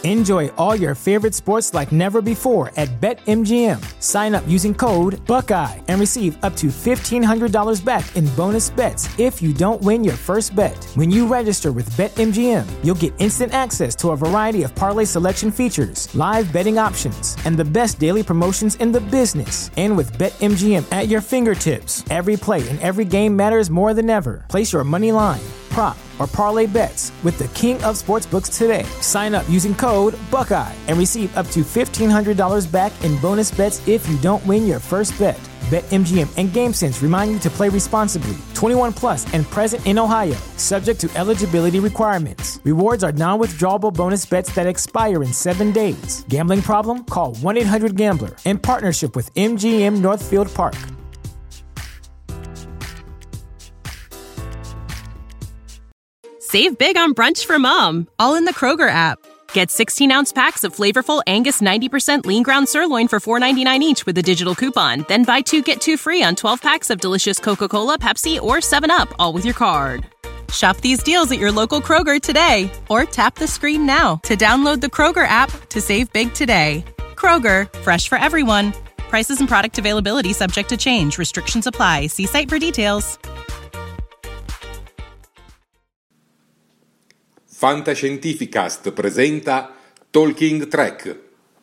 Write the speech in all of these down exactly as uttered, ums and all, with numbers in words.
Enjoy all your favorite sports like never before at BetMGM. Sign up using code Buckeye and receive up to fifteen hundred dollars back in bonus bets if you don't win your first bet. When you register with BetMGM, you'll get instant access to a variety of parlay selection features, live betting options, and the best daily promotions in the business. And with BetMGM at your fingertips, every play and every game matters more than ever. Place your money line, prop, or parlay bets with the king of sportsbooks today. Sign up using code Buckeye and receive up to fifteen hundred dollars back in bonus bets if you don't win your first bet. BetMGM and GameSense remind you to play responsibly. twenty-one plus and present in Ohio, subject to eligibility requirements. Rewards are non-withdrawable bonus bets that expire in seven days. Gambling problem? Call one eight hundred gambler in partnership with M G M Northfield Park. Save big on brunch for mom, all in the Kroger app. Get sixteen-ounce packs of flavorful Angus ninety percent lean ground sirloin for four ninety-nine each with a digital coupon. Then buy two, get two free on twelve packs of delicious Coca-Cola, Pepsi, or seven up, all with your card. Shop these deals at your local Kroger today, or tap the screen now to download the Kroger app to save big today. Kroger, fresh for everyone. Prices and product availability subject to change. Restrictions apply. See site for details. Fantascientificast presenta Talking Trek.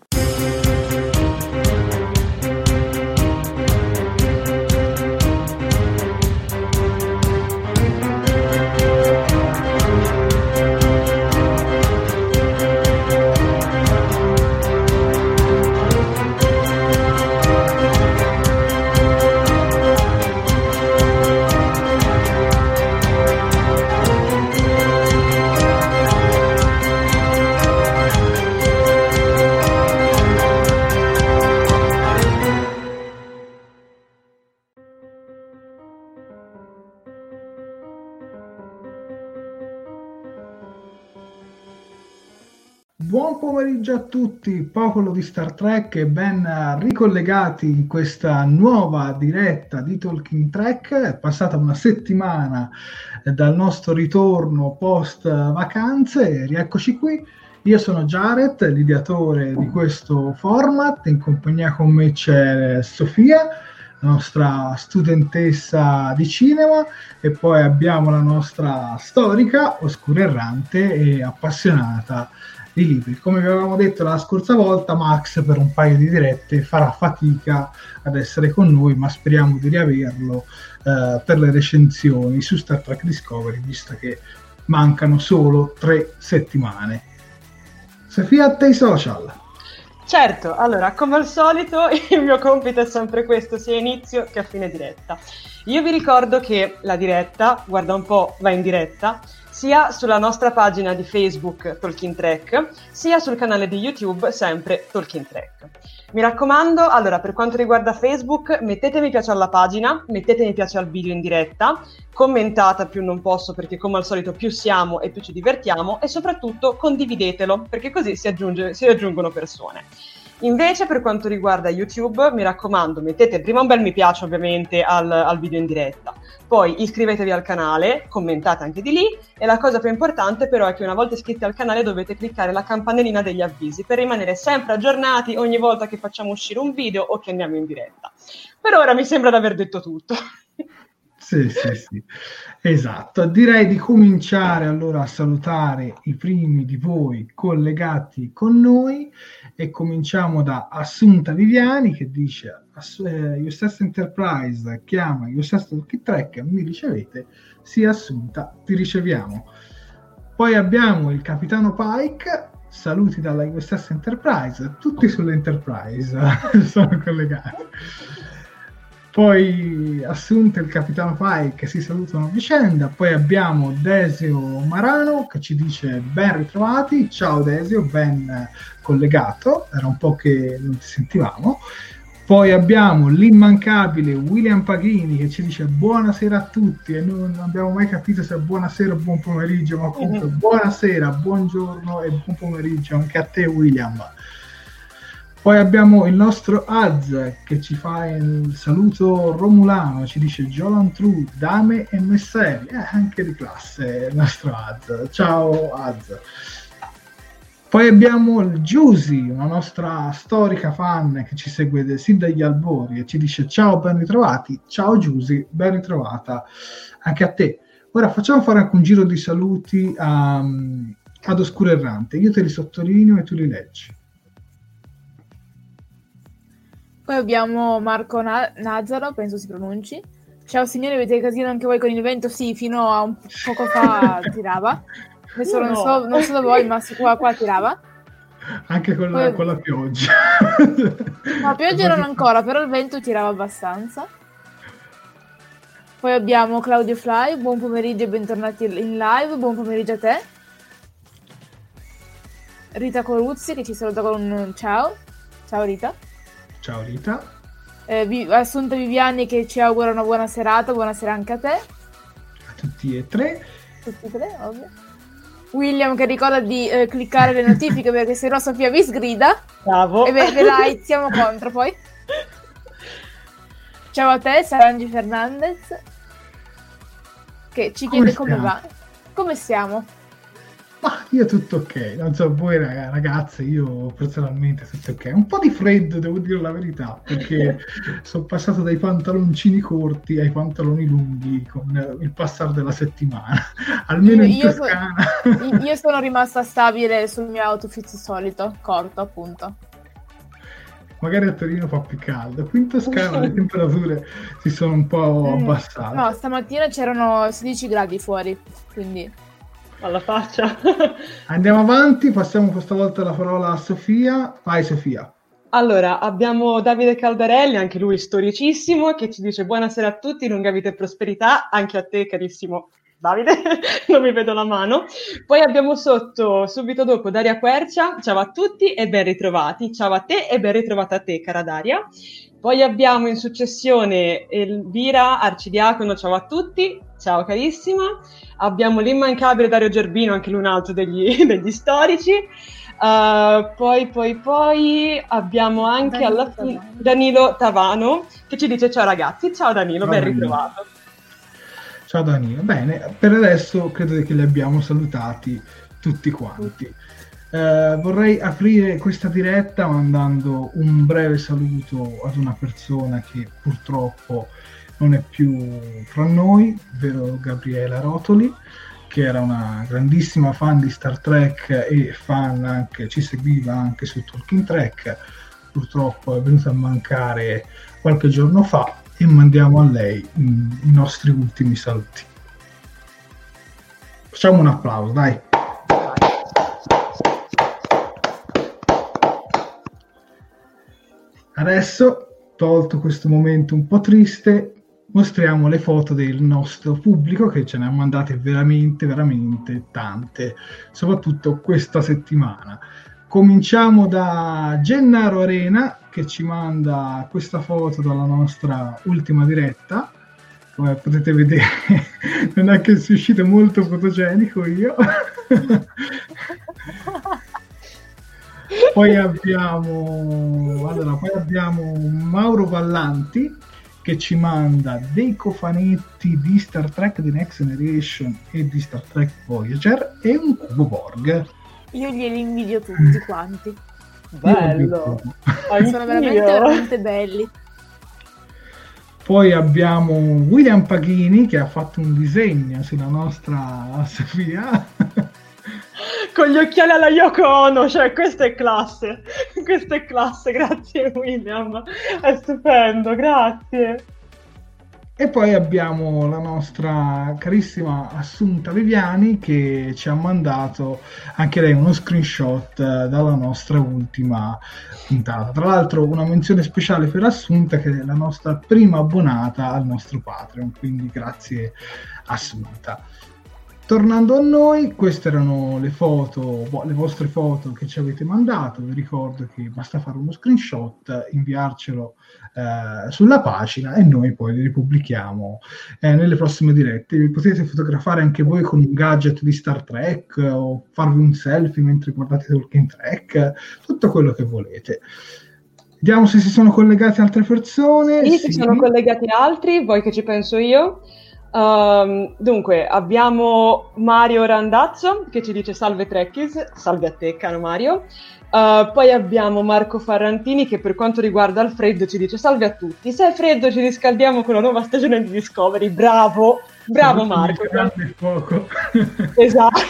Buon pomeriggio a tutti, popolo di Star Trek, e ben ricollegati in questa nuova diretta di Talking Trek. È passata una settimana dal nostro ritorno post vacanze, rieccoci qui. Io sono Jared, l'ideatore di questo format, in compagnia con me c'è Sofia, la nostra studentessa di cinema, e poi abbiamo la nostra storica, oscura errante e appassionata di libri. Come vi avevamo detto la scorsa volta, Max per un paio di dirette farà fatica ad essere con noi, ma speriamo di riaverlo eh, per le recensioni su Star Trek Discovery, visto che mancano solo tre settimane. Sofia, a te i social. Certo, allora, come al solito il mio compito è sempre questo, sia a inizio che a fine diretta. Io vi ricordo che la diretta, guarda un po', va in diretta, sia sulla nostra pagina di Facebook Talking Trek, sia sul canale di YouTube, sempre Talking Trek. Mi raccomando, allora, per quanto riguarda Facebook, mettete mi piace alla pagina, mettete mi piace al video in diretta, commentate più non posso, perché come al solito più siamo e più ci divertiamo, e soprattutto condividetelo, perché così si, aggiunge, si aggiungono persone. Invece per quanto riguarda YouTube, mi raccomando, mettete prima un bel mi piace ovviamente al, al video in diretta, poi iscrivetevi al canale, commentate anche di lì, e la cosa più importante però è che una volta iscritti al canale dovete cliccare la campanellina degli avvisi per rimanere sempre aggiornati ogni volta che facciamo uscire un video o che andiamo in diretta. Per ora mi sembra di aver detto tutto. Sì, sì, sì, esatto. Direi di cominciare allora a salutare i primi di voi collegati con noi, e cominciamo da Assunta Viviani che dice uh, U S S Enterprise chiama U S S Talking Trek, mi ricevete? Sì, Assunta, ti riceviamo. Poi abbiamo il capitano Pike, saluti dalla U S S Enterprise, tutti sull'Enterprise sono collegati. Poi Assunta e il capitano Pike che si salutano a vicenda. Poi abbiamo Desio Marano che ci dice ben ritrovati. Ciao Desio, ben collegato, era un po' che non ti sentivamo. Poi abbiamo l'immancabile William Paghini che ci dice buonasera a tutti, e non abbiamo mai capito se è buonasera o buon pomeriggio, ma comunque mm-hmm. buonasera, buongiorno e buon pomeriggio anche a te William. Poi abbiamo il nostro Az che ci fa il saluto romulano, ci dice Jolan True, dame e messeri, eh, anche di classe il nostro Az. Ciao Az. Poi abbiamo il Giusy, una nostra storica fan che ci segue sin dagli albori e ci dice ciao, ben ritrovati. Ciao Giusy, ben ritrovata anche a te. Ora facciamo fare anche un giro di saluti a, ad Oscuro Errante. Io te li sottolineo e tu li leggi. Poi abbiamo Marco Na- Nazaro, penso si pronunci. Ciao signori, avete casino anche voi con il vento? Sì, fino a un poco fa tirava. Adesso no. non so, non so da voi, ma qua, qua tirava. Anche con la, Poi... con la pioggia. No, pioggia non ancora, però il vento tirava abbastanza. Poi abbiamo Claudio Fly, buon pomeriggio e bentornati in live, buon pomeriggio a te. Rita Coruzzi che ci saluta con un ciao. Ciao Rita. Ciao Rita. Eh, Vi- Assunta Viviani che ci augura una buona serata, buonasera anche a te. A tutti e tre. Tutti e tre, ovvio. William che ricorda di eh, cliccare le notifiche perché se no Sofia vi sgrida. Bravo. E ve, ve la siamo contro poi. Ciao a te, Sarangi Fernandez, che ci chiede come, Come va. Come stiamo? Ma io tutto ok, non so voi raga- ragazze, io personalmente tutto ok. Un po' di freddo, devo dire la verità, perché sono passato dai pantaloncini corti ai pantaloni lunghi con il passare della settimana. Almeno in Io, so- Toscana. io sono rimasta stabile sul mio outfit solito, corto appunto. Magari a Torino fa più caldo, qui in Toscana le temperature si sono un po' abbassate. No, stamattina c'erano sedici gradi fuori, quindi... Alla faccia. Andiamo avanti, passiamo questa volta la parola a Sofia. Vai Sofia. Allora, abbiamo Davide Caldarelli, anche lui storicissimo, che ci dice buonasera a tutti, lunga vita e prosperità, anche a te carissimo Davide, non mi vedo la mano. Poi abbiamo sotto, subito dopo, Daria Quercia, ciao a tutti e ben ritrovati, ciao a te e ben ritrovata a te, cara Daria. Poi abbiamo in successione Elvira Arcidiacono, ciao a tutti, ciao carissima. Abbiamo l'immancabile Dario Gerbino, anche lui un altro degli, degli storici. Uh, poi, poi, poi abbiamo anche Danilo alla fine Tavano. Danilo Tavano che ci dice ciao ragazzi, ciao Danilo, Ciao, ben Danilo. ritrovato. Ciao Danilo. Bene, per adesso credo che li abbiamo salutati tutti quanti. Eh, vorrei aprire questa diretta mandando un breve saluto ad una persona che purtroppo non è più fra noi, ovvero Gabriela Rotoli, che era una grandissima fan di Star Trek e fan anche, ci seguiva anche su Talking Trek. Purtroppo è venuta a mancare qualche giorno fa e mandiamo a lei mm, i nostri ultimi saluti. Facciamo un applauso, dai. Adesso, tolto questo momento un po' triste, mostriamo le foto del nostro pubblico, che ce ne ha mandate veramente, veramente tante, soprattutto questa settimana. Cominciamo da Gennaro Arena, che ci manda questa foto dalla nostra ultima diretta. Come potete vedere, non è che sia uscito molto fotogenico io. Poi abbiamo, allora, poi abbiamo Mauro Vallanti, che ci manda dei cofanetti di Star Trek The Next Generation e di Star Trek Voyager e un cubo Borg. Io glieli invidio tutti quanti. Bello. Sono veramente, veramente belli. Poi abbiamo William Paghini, che ha fatto un disegno sulla nostra Sofia. Con gli occhiali alla Yoko Ono, cioè questa è classe, questa è classe, grazie William, è stupendo, grazie. E poi abbiamo la nostra carissima Assunta Viviani, che ci ha mandato anche lei uno screenshot dalla nostra ultima puntata. Tra l'altro una menzione speciale per Assunta, che è la nostra prima abbonata al nostro Patreon, quindi grazie Assunta. Tornando a noi, queste erano le foto, le vostre foto che ci avete mandato. Vi ricordo che basta fare uno screenshot, inviarcelo eh, sulla pagina e noi poi li ripubblichiamo eh, nelle prossime dirette. Vi potete fotografare anche voi con un gadget di Star Trek o farvi un selfie mentre guardate Talking Trek, tutto quello che volete. Vediamo se si sono collegate altre persone. Sì, sì. si sono collegati altri, vuoi che ci penso io? Um, dunque, abbiamo Mario Randazzo che ci dice salve Trekkies, salve a te caro Mario. Uh, poi abbiamo Marco Farrantini che per quanto riguarda il freddo ci dice salve a tutti, se è freddo ci riscaldiamo con la nuova stagione di Discovery. Bravo, bravo Marco. Poco. Esatto.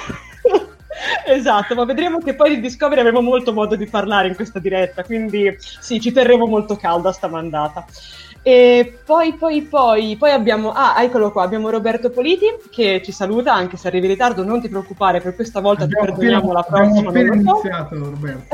Esatto, ma vedremo che poi di Discovery avremo molto modo di parlare in questa diretta, quindi sì, ci terremo molto calda sta mandata. E poi, poi, poi, poi abbiamo, ah, eccolo qua, abbiamo Roberto Politi che ci saluta, anche se arrivi in ritardo, non ti preoccupare, per questa volta abbiamo ti perdoniamo, la prossima. Abbiamo appena iniziato, Roberto.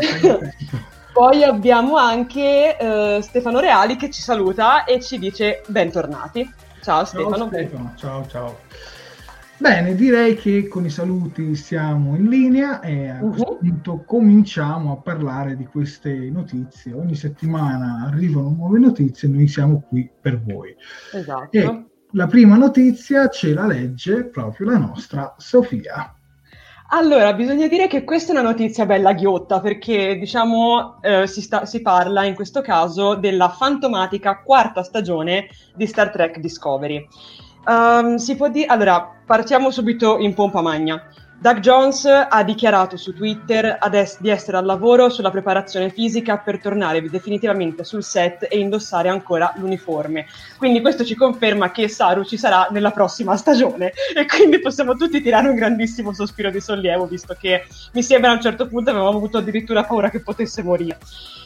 Poi abbiamo anche uh, Stefano Reali che ci saluta e ci dice bentornati. Ciao, ciao Stefano. Stefano. Ciao, ciao. Bene, direi che con i saluti siamo in linea e a uh-huh. questo punto cominciamo a parlare di queste notizie. Ogni settimana arrivano nuove notizie e noi siamo qui per voi. Esatto. E la prima notizia ce la legge proprio la nostra Sofia. Allora, bisogna dire che questa è una notizia bella ghiotta, perché diciamo eh, si, sta, si parla in questo caso della fantomatica quarta stagione di Star Trek Discovery. Um, si può dire, allora, partiamo subito in pompa magna. Doug Jones ha dichiarato su Twitter adesso di essere al lavoro sulla preparazione fisica per tornare definitivamente sul set e indossare ancora l'uniforme. Quindi questo ci conferma che Saru ci sarà nella prossima stagione e quindi possiamo tutti tirare un grandissimo sospiro di sollievo, visto che mi sembra a un certo punto avevamo avuto addirittura paura che potesse morire.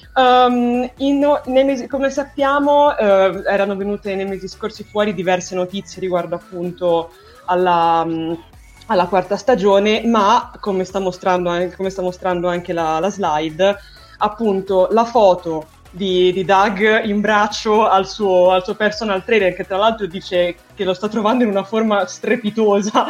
Um, in, nei mesi, come sappiamo uh, erano venute nei mesi scorsi fuori diverse notizie riguardo appunto alla, um, alla quarta stagione, ma come sta mostrando, come sta mostrando anche la, la slide, appunto la foto di, di Doug in braccio al suo, al suo personal trainer, che tra l'altro dice che lo sta trovando in una forma strepitosa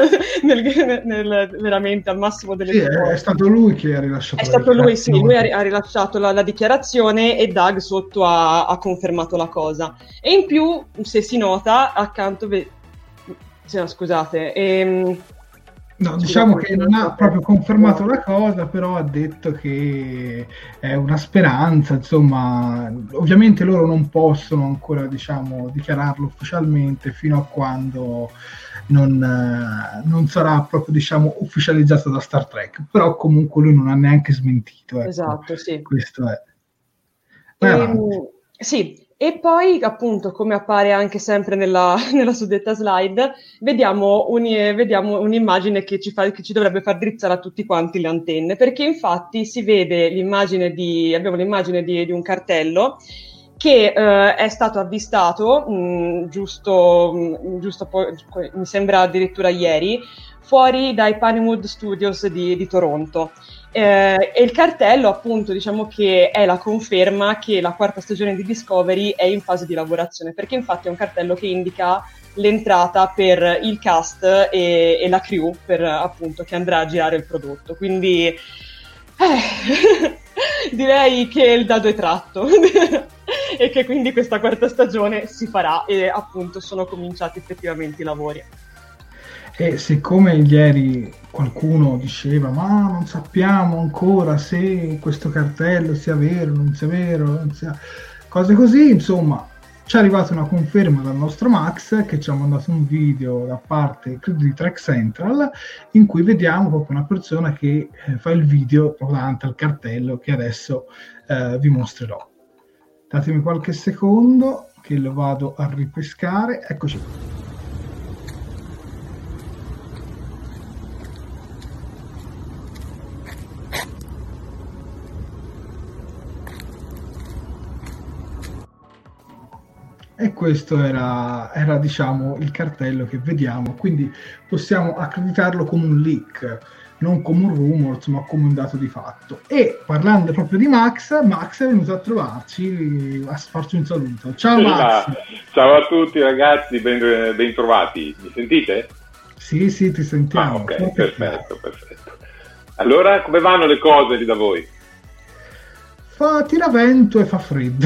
nel, nel, veramente al massimo delle sì, è, è stato lui che ha rilasciato è la stato lui, sì, lui ha, ha rilasciato la, la dichiarazione e Doug sotto ha, ha confermato la cosa. E in più, se si nota, accanto ve... cioè, scusate ehm... No, diciamo che non ha proprio confermato la cosa, però ha detto che è una speranza, insomma, ovviamente loro non possono ancora, diciamo, dichiararlo ufficialmente fino a quando non, non sarà proprio, diciamo, ufficializzato da Star Trek, però comunque lui non ha neanche smentito. Ecco. Esatto, sì. Questo è. Ehm, sì. E poi, appunto, come appare anche sempre nella, nella suddetta slide, vediamo, un, vediamo un'immagine che ci, fa, che ci dovrebbe far drizzare a tutti quanti le antenne, perché infatti si vede l'immagine di, abbiamo l'immagine di, di un cartello che eh, è stato avvistato, mh, giusto, mh, giusto poi, mi sembra addirittura ieri, fuori dai Pinewood Studios di, di Toronto. Eh, e il cartello appunto diciamo che è la conferma che la quarta stagione di Discovery è in fase di lavorazione, perché infatti è un cartello che indica l'entrata per il cast e, e la crew per appunto che andrà a girare il prodotto, quindi eh, direi che il dado è tratto e che quindi questa quarta stagione si farà e appunto sono cominciati effettivamente i lavori. E siccome ieri qualcuno diceva ma non sappiamo ancora se questo cartello sia vero, non sia vero, non sia... cose così, insomma, ci è arrivata una conferma dal nostro Max che ci ha mandato un video da parte credo di Trek Central in cui vediamo proprio una persona che eh, fa il video proprio davanti al cartello che adesso eh, vi mostrerò. Datemi qualche secondo che lo vado a ripescare, eccoci qua. E questo era, era, diciamo, il cartello che vediamo, quindi possiamo accreditarlo come un leak, non come un rumor, ma come un dato di fatto. E parlando proprio di Max, Max è venuto a trovarci, a farci un saluto. Ciao Max! Ciao a tutti ragazzi, ben, ben trovati. Mi sentite? Sì, sì, ti sentiamo. Ah, ok, perfetto, perfetto. Allora, come vanno le cose lì da voi? Fa tira vento e fa freddo.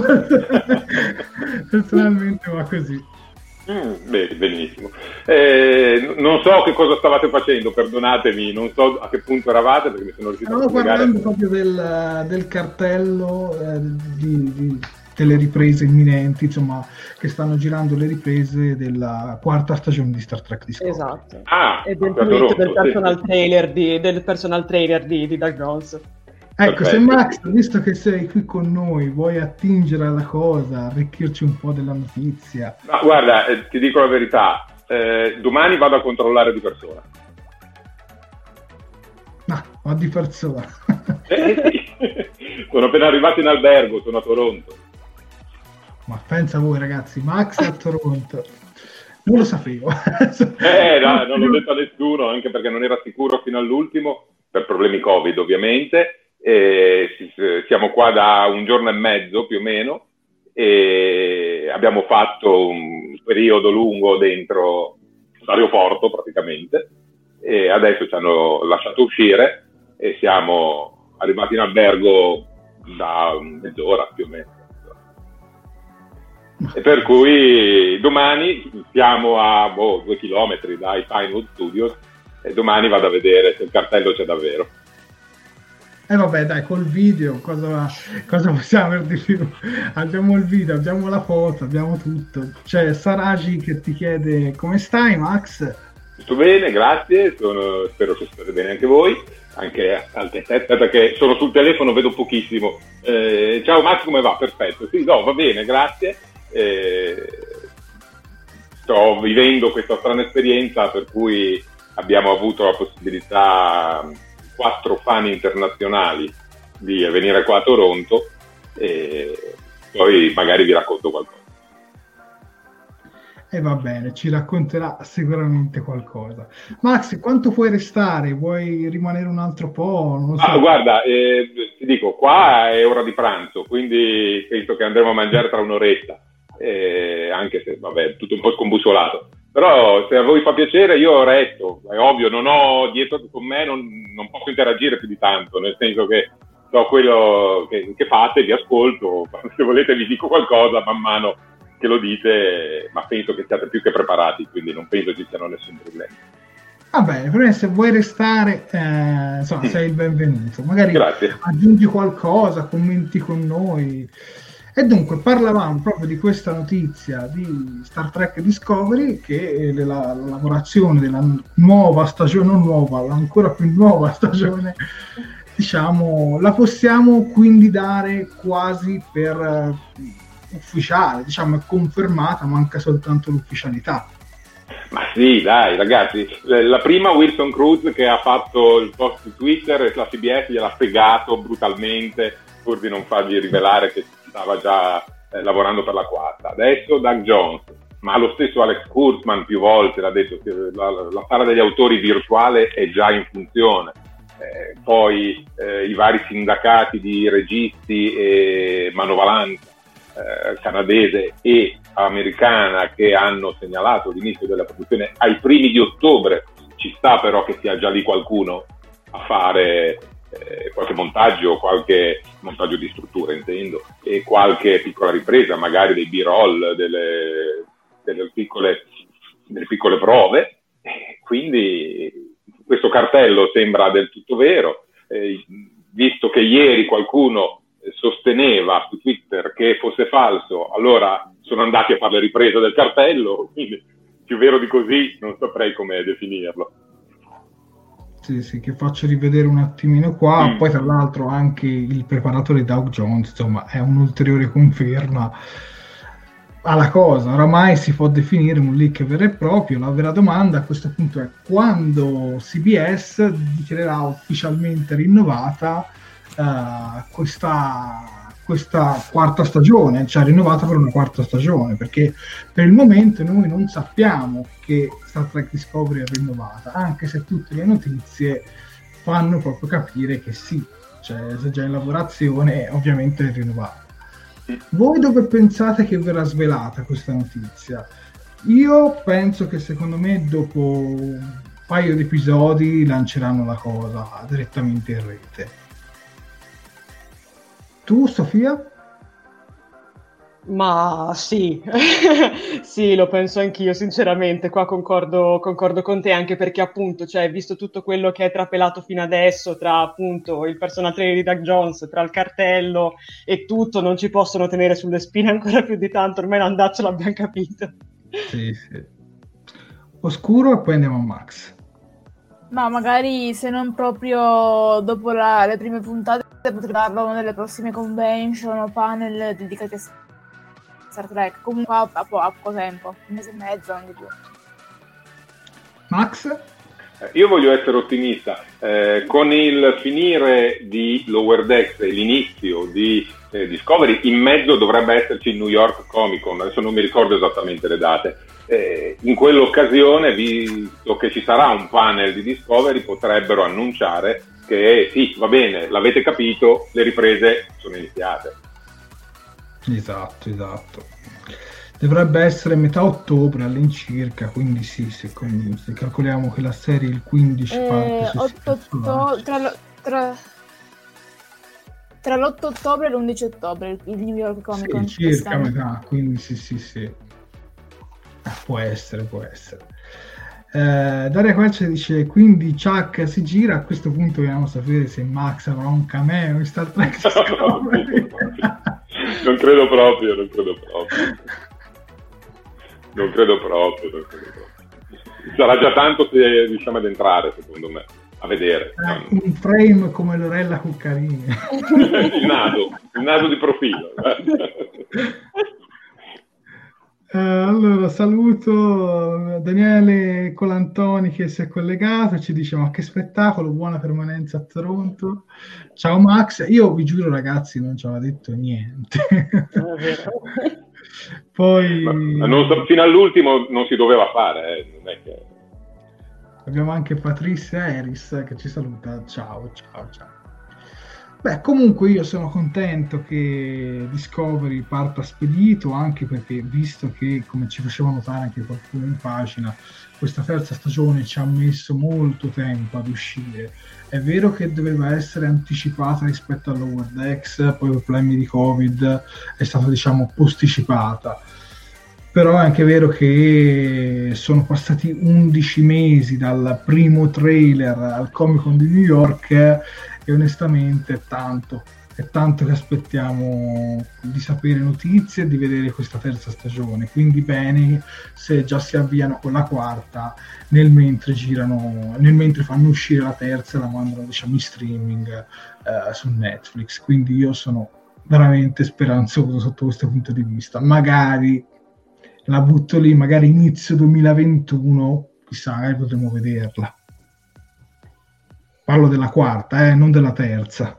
Personalmente va così. Mm, bene, benissimo. Eh, non so che cosa stavate facendo, perdonatemi, non so a che punto eravate perché mi sono riuscito Stavo a spiegare. parlando proprio del, del cartello eh, di, di, delle riprese imminenti, insomma, che stanno girando le riprese della quarta stagione di Star Trek Discovery. Esatto. Ah, e del tweet tweet del personal trailer di, del personal trailer di, di Doug Jones. Ecco, Perfetto. se Max, visto che sei qui con noi, vuoi attingere alla cosa, arricchirci un po' della notizia? Ma guarda, eh, ti dico la verità, eh, domani vado a controllare di persona. No, ma di persona. Eh, sì. Sono appena arrivato in albergo, sono a Toronto. Ma pensa voi ragazzi, Max è a Toronto. Non lo sapevo. Eh, no, non l'ho detto a nessuno, anche perché non era sicuro fino all'ultimo, per problemi Covid ovviamente. E siamo qua da un giorno e mezzo più o meno e abbiamo fatto un periodo lungo dentro l'aeroporto praticamente e adesso ci hanno lasciato uscire e siamo arrivati in albergo da mezz'ora più o meno. E per cui domani siamo a boh, due chilometri dai Pinewood Studios e domani vado a vedere se il cartello c'è davvero. E eh vabbè dai, col video cosa, cosa possiamo avere di più? Abbiamo il video, abbiamo la foto, abbiamo tutto. C'è Saraji che ti chiede come stai Max? Sto bene, grazie, sono, spero che state bene anche voi, anche al aspetta che sono sul telefono, vedo pochissimo. Eh, ciao Max, come va? Perfetto, sì, no, va bene, grazie. Eh, sto vivendo questa strana esperienza per cui abbiamo avuto la possibilità, quattro fan internazionali, di venire qua a Toronto e poi magari vi racconto qualcosa. E va bene, ci racconterà sicuramente qualcosa. Max, quanto puoi restare? Vuoi rimanere un altro po'? Non lo so. Ah, guarda, eh, ti dico, qua è ora di pranzo, quindi penso che andremo a mangiare tra un'oretta. Eh, anche se vabbè tutto un po' scombussolato, però se a voi fa piacere io resto, è ovvio, non ho dietro con me, non, non posso interagire più di tanto, nel senso che so quello che, che fate, vi ascolto, se volete vi dico qualcosa man mano che lo dite, ma penso che siate più che preparati, quindi non penso ci siano nessun problema. Va bene, per me se vuoi restare, eh, insomma, sei il benvenuto, magari Grazie. aggiungi qualcosa, commenti con noi. E dunque parlavamo proprio di questa notizia di Star Trek Discovery, che è la, la lavorazione della nuova stagione, non nuova, l'ancora più nuova stagione, diciamo, la possiamo quindi dare quasi per uh, ufficiale, diciamo, è confermata, manca soltanto l'ufficialità. Ma sì, dai ragazzi, la prima Wilson Cruz che ha fatto il post su Twitter e la C B S gliel'ha fregato brutalmente pur di non fargli rivelare che stava già eh, lavorando per la quarta. Adesso Doug Jones, ma lo stesso Alex Kurtzman più volte l'ha detto che la, la sala degli autori virtuale è già in funzione. Eh, poi eh, i vari sindacati di registi e manovalanza eh, canadese e americana che hanno segnalato l'inizio della produzione ai primi di ottobre. Ci sta però che sia già lì qualcuno a fare Eh, qualche montaggio, qualche montaggio di struttura intendo, e qualche piccola ripresa, magari dei b-roll, delle, delle, piccole, delle piccole prove, eh, quindi questo cartello sembra del tutto vero, eh, visto che ieri qualcuno sosteneva su Twitter che fosse falso, allora sono andati a fare le riprese del cartello, quindi più vero di così non saprei come definirlo. Sì, sì, che faccio rivedere un attimino qua, Mm. poi tra l'altro anche il preparatore Doug Jones, insomma, è un'ulteriore conferma alla cosa. Oramai si può definire un leak vero e proprio. La vera domanda a questo punto è quando C B S dichiarerà ufficialmente rinnovata uh, questa questa quarta stagione, cioè rinnovata per una quarta stagione, perché per il momento noi non sappiamo che Star Trek Discovery è rinnovata, anche se tutte le notizie fanno proprio capire che sì, cioè se già in lavorazione ovviamente è rinnovata. Voi dove pensate che verrà svelata questa notizia? Io penso che secondo me dopo un paio di episodi lanceranno la cosa direttamente in rete. Tu, Sofia? Ma sì, sì, lo penso anch'io, sinceramente, qua concordo, concordo con te, anche perché appunto, cioè, visto tutto quello che è trapelato fino adesso, tra appunto il personal trainer di Doug Jones, tra il cartello e tutto, non ci possono tenere sulle spine ancora più di tanto, ormai l'andaccio l'abbiamo capito. Sì, sì. Oscuro e poi andiamo a Max. Ma magari se non proprio dopo la, le prime puntate potrei darlo a una delle prossime convention o panel dedicati a Star Trek. Comunque a, a, a poco tempo, un mese e mezzo, non di più. Max? Io voglio essere ottimista. Eh, con il finire di Lower Decks e l'inizio di eh, Discovery, in mezzo dovrebbe esserci il New York Comic Con, adesso non mi ricordo esattamente le date. Eh, in quell'occasione, visto che ci sarà un panel di Discovery, potrebbero annunciare che sì, va bene, l'avete capito, le riprese sono iniziate. Esatto, esatto. Dovrebbe essere metà ottobre all'incirca, quindi sì, se, se calcoliamo che la serie il quindici eh, parte su otto, otto, tra, lo, tra, tra l'otto ottobre e l'undici ottobre il New York Comic Con. Sì, circa metà, quindi sì, sì, sì. Può essere, può essere. Eh, Daria Quercia dice: quindi Chuck si gira. A questo punto vogliamo sapere se Max avrà un cameo in Star Trek Discovery. Non credo proprio, non credo proprio. Non credo proprio, non credo proprio. Sarà già tanto se riusciamo ad entrare, secondo me, a vedere. Eh, un frame come Lorella Cuccarini. Il naso, il naso di profilo. Uh, allora saluto Daniele Colantoni che si è collegato e ci dice: ma che spettacolo, buona permanenza a Toronto. Ciao Max, io vi giuro ragazzi non ci aveva detto niente. Poi ma, ma non so, fino all'ultimo non si doveva fare, eh. Non è che... abbiamo anche Patrizia Eris che ci saluta. Ciao, ciao, ciao. Beh, comunque io sono contento che Discovery parta spedito, anche perché, visto che, come ci faceva notare anche qualcuno in pagina, questa terza stagione ci ha messo molto tempo ad uscire. È vero che doveva essere anticipata rispetto a Lower Decks, poi per problemi di Covid è stata, diciamo, posticipata. Però è anche vero che sono passati undici mesi dal primo trailer al Comic Con di New York e onestamente è tanto, è tanto che aspettiamo di sapere notizie e di vedere questa terza stagione, quindi bene se già si avviano con la quarta nel mentre girano, nel mentre fanno uscire la terza e la mandano, diciamo, in streaming eh, su Netflix. Quindi io sono veramente speranzoso sotto questo punto di vista. Magari la butto lì, magari inizio duemilaventuno, chissà, magari potremo vederla. Parlo della quarta, eh, non della terza.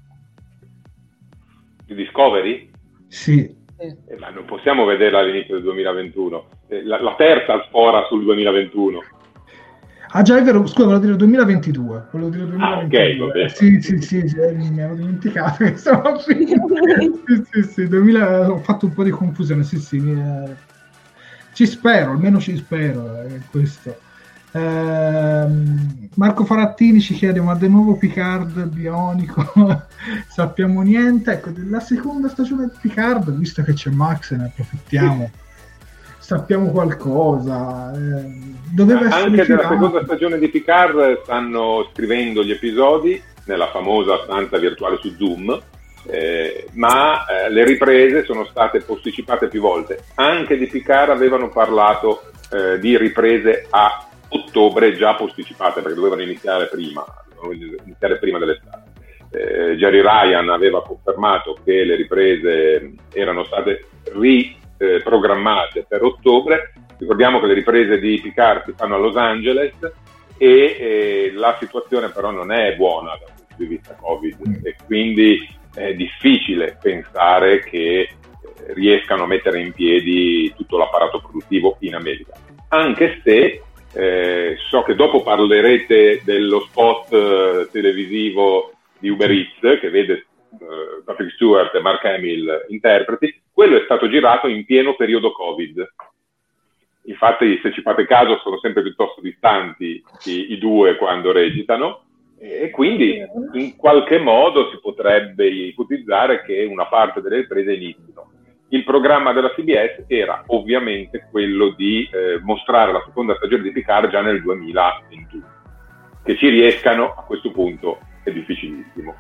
Di Discovery? Sì. Eh, ma non possiamo vederla all'inizio del duemilaventuno. Eh, la, la terza sfora sul duemilaventuno. Ah già, è vero, scusa, volevo dire duemilaventidue. Volevo dire duemilaventidue. Ah, ok, va bene. Sì, sì, sì, sì, mi ero dimenticato che stavo finendo. Sì, sì, sì, duemila, ho fatto un po' di confusione, sì, sì. Eh, ci spero, almeno ci spero, eh, questo. Eh, Marco Farattini ci chiede: ma del nuovo Picard bionico sappiamo niente? Ecco, della seconda stagione di Picard, visto che c'è Max, ne approfittiamo. Sappiamo qualcosa. Eh, doveva essere anche girato. Della seconda stagione di Picard stanno scrivendo gli episodi nella famosa stanza virtuale su Zoom, eh, ma eh, le riprese sono state posticipate più volte. Anche di Picard avevano parlato eh, di riprese a ottobre già posticipate, perché dovevano iniziare prima, dovevano iniziare prima dell'estate. Eh, Jerry Ryan aveva confermato che le riprese erano state riprogrammate per ottobre. Ricordiamo che le riprese di Picard si fanno a Los Angeles e eh, la situazione però non è buona dal punto di vista Covid e quindi è difficile pensare che eh, riescano a mettere in piedi tutto l'apparato produttivo in America, anche se Eh, so che dopo parlerete dello spot eh, televisivo di Uber Eats che vede eh, Patrick Stewart e Mark Hamill interpreti. Quello è stato girato in pieno periodo Covid. Infatti, se ci fate caso, sono sempre piuttosto distanti i, i due quando recitano e quindi in qualche modo si potrebbe ipotizzare che una parte delle riprese inizino. il programma della C B S era ovviamente quello di eh, mostrare la seconda stagione di Picard già nel duemilaventuno. Che ci riescano a questo punto è difficilissimo.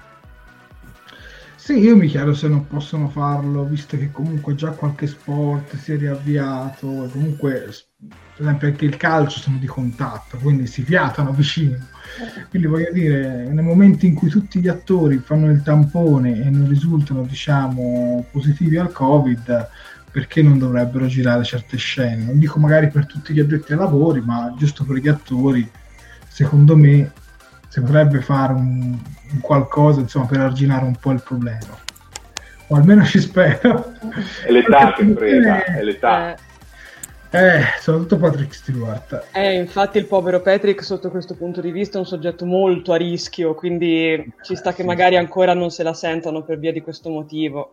Sì, io mi chiedo se non possono farlo, visto che comunque già qualche sport si è riavviato, e comunque per esempio anche il calcio sono di contatto, quindi si fiatano vicino. Quindi voglio dire, nel momento in cui tutti gli attori fanno il tampone e non risultano, diciamo, positivi al Covid, perché non dovrebbero girare certe scene? Non dico magari per tutti gli addetti ai lavori, ma giusto per gli attori, secondo me si potrebbe fare un, un qualcosa, insomma, per arginare un po' il problema, o almeno ci spero. È l'età che frega, è l'età. Eh. Eh, soprattutto Patrick Stewart. Eh, infatti il povero Patrick sotto questo punto di vista è un soggetto molto a rischio, quindi ci sta che sì, magari sì. ancora non se la sentano per via di questo motivo.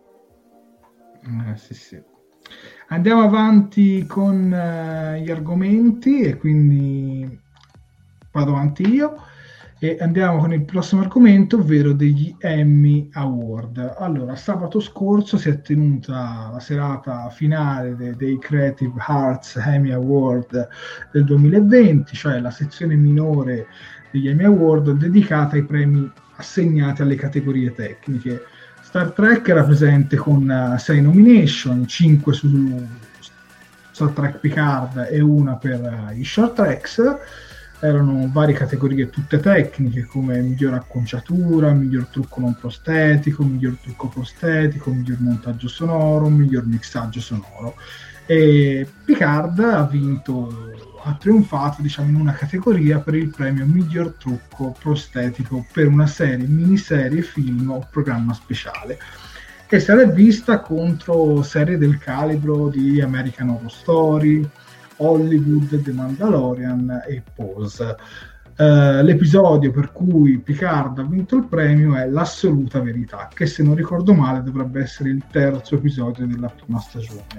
Eh, sì, sì. Andiamo avanti con uh, gli argomenti, e quindi vado avanti io e andiamo con il prossimo argomento, ovvero degli Emmy Award. Allora, sabato scorso si è tenuta la serata finale de- dei Creative Arts Emmy Award del duemilaventi, cioè la sezione minore degli Emmy Award dedicata ai premi assegnati alle categorie tecniche. Star Trek era presente con sei nomination, cinque su Star Trek Picard e una per gli short tracks. Erano varie categorie tutte tecniche, come miglior acconciatura, miglior trucco non prostetico, miglior trucco prostetico, miglior montaggio sonoro, miglior mixaggio sonoro. E Picard ha vinto, ha trionfato, diciamo, in una categoria per il premio miglior trucco prostetico per una serie, miniserie, film o programma speciale, e si è vista contro serie del calibro di American Horror Story, Hollywood, The Mandalorian e Pose. Uh, l'episodio per cui Picard ha vinto il premio è L'Assoluta Verità, che se non ricordo male dovrebbe essere il terzo episodio della prima stagione.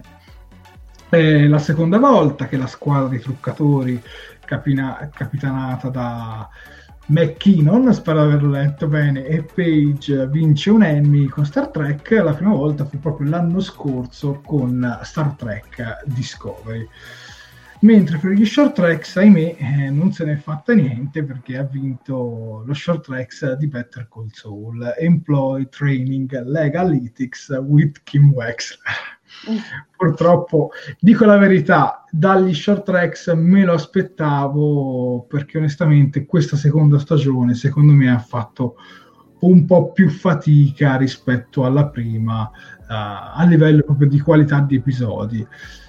È la seconda volta che la squadra di truccatori capina- capitanata da McKinnon, spero di averlo letto bene, e Page vince un Emmy con Star Trek. La prima volta fu proprio l'anno scorso con Star Trek Discovery. Mentre per gli short tracks, ahimè, eh, non se n'è fatta niente, perché ha vinto lo short tracks di Better Call Saul, Employee Training Legal Ethics with Kim Wexler. Mm. Purtroppo, dico la verità, dagli short tracks me lo aspettavo, perché onestamente questa seconda stagione secondo me ha fatto un po' più fatica rispetto alla prima, uh, a livello proprio di qualità di episodi.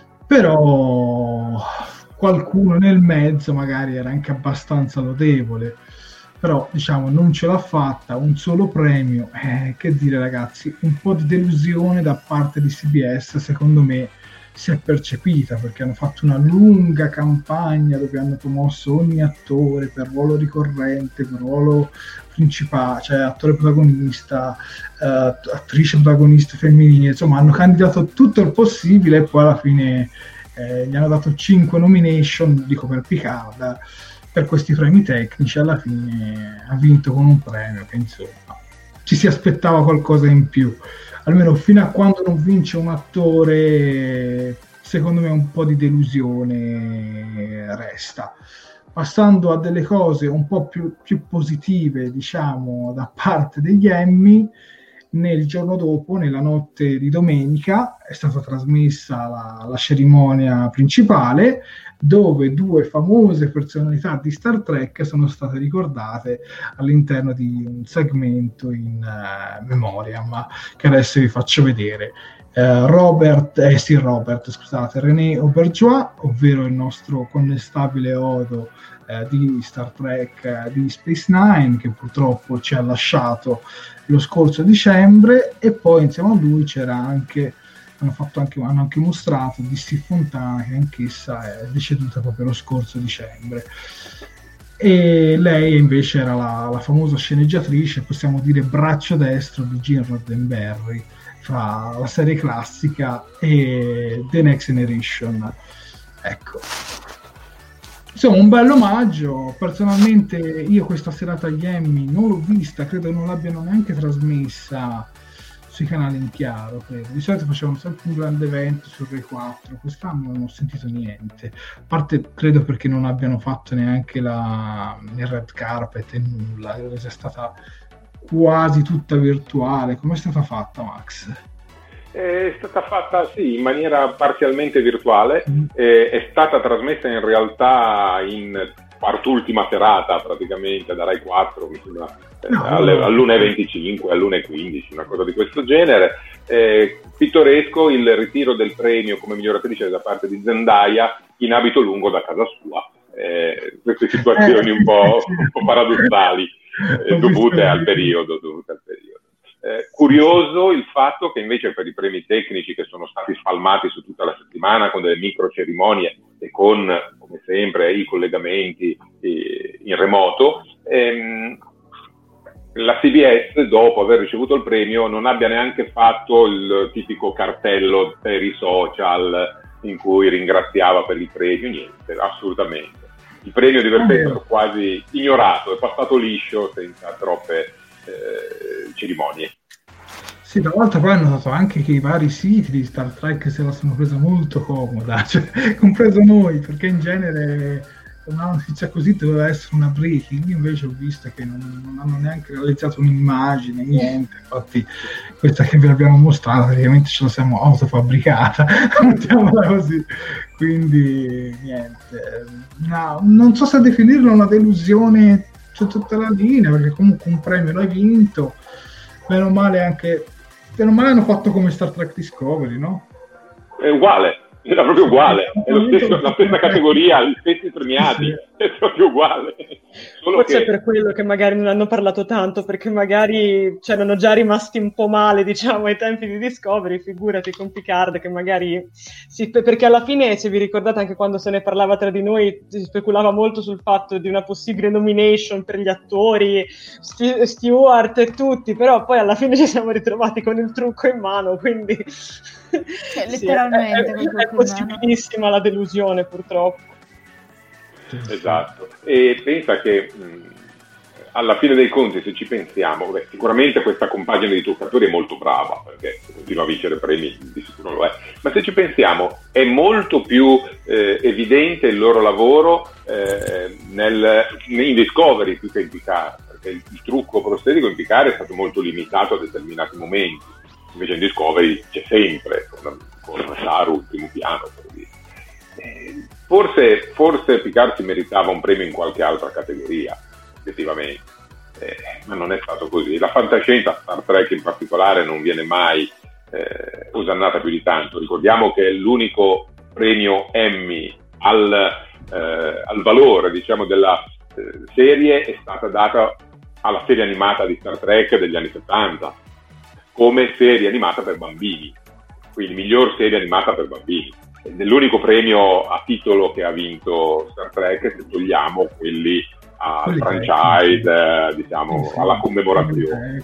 Però qualcuno nel mezzo magari era anche abbastanza lodevole, però diciamo non ce l'ha fatta, un solo premio, eh, che dire ragazzi, un po' di delusione da parte di C B S secondo me si è percepita, perché hanno fatto una lunga campagna dove hanno promosso ogni attore per ruolo ricorrente, per ruolo principale, cioè attore protagonista, uh, attrice protagonista femminile, insomma hanno candidato tutto il possibile, e poi alla fine eh, gli hanno dato cinque nomination, dico per Picard, per questi premi tecnici. Alla fine ha vinto con un premio che insomma ci si aspettava qualcosa in più, almeno fino a quando non vince un attore, secondo me un po' di delusione resta. Passando a delle cose un po' più, più positive, diciamo, da parte degli Emmy, nel giorno dopo, nella notte di domenica, è stata trasmessa la, la cerimonia principale, dove due famose personalità di Star Trek sono state ricordate all'interno di un segmento in uh, memoriam, che adesso vi faccio vedere. Uh, Robert, eh sì Robert, scusate, René Auberjois, ovvero il nostro connestabile Odo eh, di Star Trek, eh, di Space Nine, che purtroppo ci ha lasciato lo scorso dicembre, e poi insieme a lui c'era anche, hanno, fatto anche, hanno anche mostrato Dissy Fontana, che anch'essa è deceduta proprio lo scorso dicembre. E lei invece era la, la famosa sceneggiatrice, possiamo dire braccio destro di Gene Roddenberry, fra la serie classica e The Next Generation. Ecco, insomma un bel omaggio. Personalmente io questa serata agli Emmy non l'ho vista, credo non l'abbiano neanche trasmessa sui canali in chiaro, credo. Di solito facevano sempre un grande evento su Rai quattro, quest'anno non ho sentito niente, a parte credo perché non abbiano fatto neanche la, il red carpet e nulla, credo che sia stata quasi tutta virtuale. Com'è stata fatta, Max? È stata fatta sì in maniera parzialmente virtuale, mm. eh, è stata trasmessa in realtà in quart'ultima serata praticamente da Rai quattro, mi sembra, eh, no, alle, no. all'una e venticinque, all'una e quindici, una cosa di questo genere. Eh, pittoresco il ritiro del premio come miglior attrice da parte di Zendaya in abito lungo da casa sua. Eh, queste situazioni un po', un po' paradossali, eh, dovute al periodo, dovute al periodo. Eh, curioso il fatto che invece per i premi tecnici che sono stati spalmati su tutta la settimana con delle micro cerimonie e con, come sempre, i collegamenti eh, in remoto, ehm, la C B S, dopo aver ricevuto il premio, non abbia neanche fatto il tipico cartello per i social in cui ringraziava per il premio, niente, assolutamente. Il premio divertente è stato quasi ignorato, è passato liscio senza troppe eh, cerimonie. Sì, tra l'altro poi hanno notato anche che i vari siti di Star Trek se la sono presa molto comoda, cioè, compreso noi, perché in genere una notizia così doveva essere una breaking, invece ho visto che non, non hanno neanche realizzato un'immagine, niente. Infatti questa che vi abbiamo mostrato praticamente ce la siamo autofabbricata, mettiamola così, quindi niente, no, non so se definirlo una delusione su tutta la linea, perché comunque un premio l'hai vinto, meno male anche, meno male hanno fatto come Star Trek Discovery, no? È uguale. Era proprio uguale, è lo stesso, la stessa categoria, gli stessi premiati, sì. È proprio uguale. Solo Forse che... è per quello che magari non hanno parlato tanto, perché magari c'erano già rimasti un po' male, diciamo, ai tempi di Discovery, figurati con Picard, che magari... Si... Perché alla fine, se vi ricordate, anche quando se ne parlava tra di noi, si speculava molto sul fatto di una possibile nomination per gli attori, St- Stewart e tutti, però poi alla fine ci siamo ritrovati con il trucco in mano, quindi... Cioè, letteralmente sì, è, è, è possibilissima la delusione, purtroppo. Esatto, e pensa che mh, alla fine dei conti, se ci pensiamo, beh, sicuramente questa compagine di truccatori è molto brava, perché se continua a vincere premi di sicuro lo è, ma se ci pensiamo è molto più eh, evidente il loro lavoro eh, nel, in Discovery più che in Picard, perché il, il trucco prostetico in Picard è stato molto limitato a determinati momenti. Invece in Discovery c'è sempre, con, con Saru in primo piano, per dire. Eh, forse, forse Picard si meritava un premio in qualche altra categoria, effettivamente, eh, ma non è stato così. La fantascienza, Star Trek in particolare, non viene mai eh, osannata più di tanto. Ricordiamo che l'unico premio Emmy al, eh, al valore, diciamo, della eh, serie è stata data alla serie animata di Star Trek degli anni settanta, come serie animata per bambini, quindi miglior serie animata per bambini. È l'unico premio a titolo che ha vinto Star Trek, se togliamo quelli al quelli franchise, eh, diciamo, sì, sì, alla commemorazione.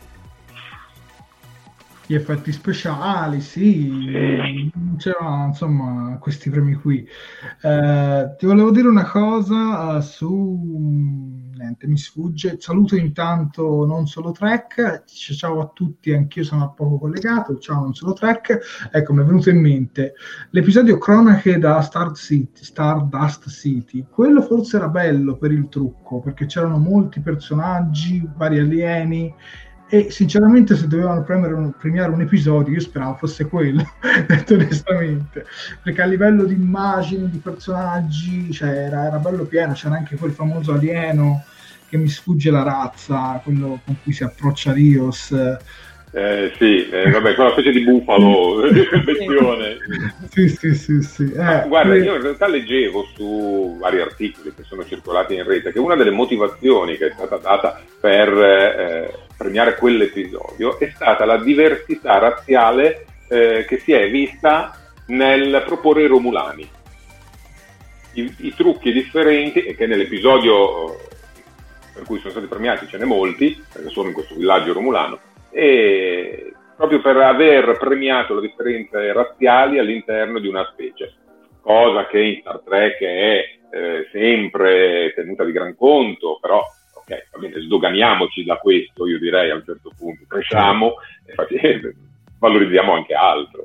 Gli effetti speciali, sì, sì. C'erano insomma questi premi qui. Eh, ti volevo dire una cosa uh, su... Niente, mi sfugge. Saluto intanto Non Solo Trek, ciao a tutti, anch'io sono a poco collegato, ciao Non Solo Trek. Ecco, mi è venuto in mente l'episodio Cronache da Star City, Stardust City, quello forse era bello per il trucco, perché c'erano molti personaggi, vari alieni, e sinceramente se dovevano premiare, premiare un episodio io speravo fosse quello, detto onestamente, perché a livello di immagini, di personaggi, cioè, era, era bello pieno, c'era anche quel famoso alieno che mi sfugge la razza, quello con cui si approccia Rios. Eh, sì, eh, vabbè, quella specie di bufalo di bestione. Sì, sì, sì, sì. Eh, guarda, io in realtà leggevo su vari articoli che sono circolati in rete che una delle motivazioni che è stata data per eh, premiare quell'episodio è stata la diversità razziale eh, che si è vista nel proporre i Romulani. I, i trucchi differenti, e che nell'episodio per cui sono stati premiati ce n'è molti, perché sono in questo villaggio romulano, e proprio per aver premiato le differenze razziali all'interno di una specie, cosa che in Star Trek è eh, sempre tenuta di gran conto, però ok, va bene, sdoganiamoci da questo, io direi a un certo punto, cresciamo, valorizziamo anche altro.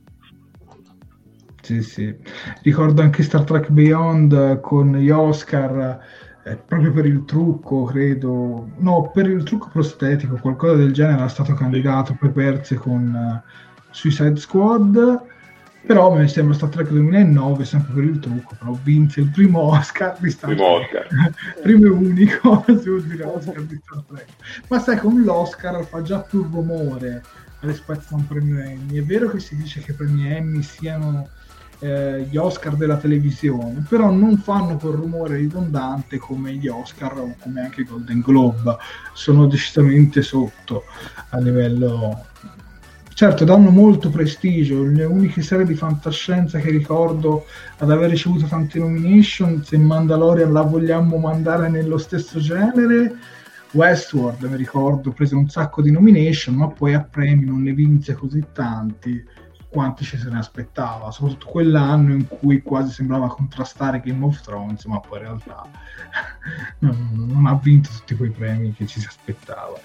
Sì, sì. Ricordo anche Star Trek Beyond con gli Oscar, eh, proprio per il trucco, credo, no, per il trucco prostetico, qualcosa del genere, era stato candidato, poi perse con uh, Suicide Squad, però mi sembra Star Trek duemilanove, sempre per il trucco, però vinse il primo Oscar di Star primo Trek. Oscar. Primo e unico, si vuol dire Oscar di Star Trek. Ma sai, con l'Oscar fa già più rumore rispetto a un premio Emmy. È vero che si dice che i premi Emmy siano eh, gli Oscar della televisione, però non fanno quel rumore ridondante come gli Oscar o come anche i Golden Globe, sono decisamente sotto a livello. Certo, danno molto prestigio. Le uniche serie di fantascienza che ricordo ad aver ricevuto tante nomination, se Mandalorian la vogliamo mandare nello stesso genere, Westworld, mi ricordo, prese un sacco di nomination, ma poi a premi non ne vinse così tanti quanti ci se ne aspettava, soprattutto quell'anno in cui quasi sembrava contrastare Game of Thrones, ma poi in realtà non, non ha vinto tutti quei premi che ci si aspettava.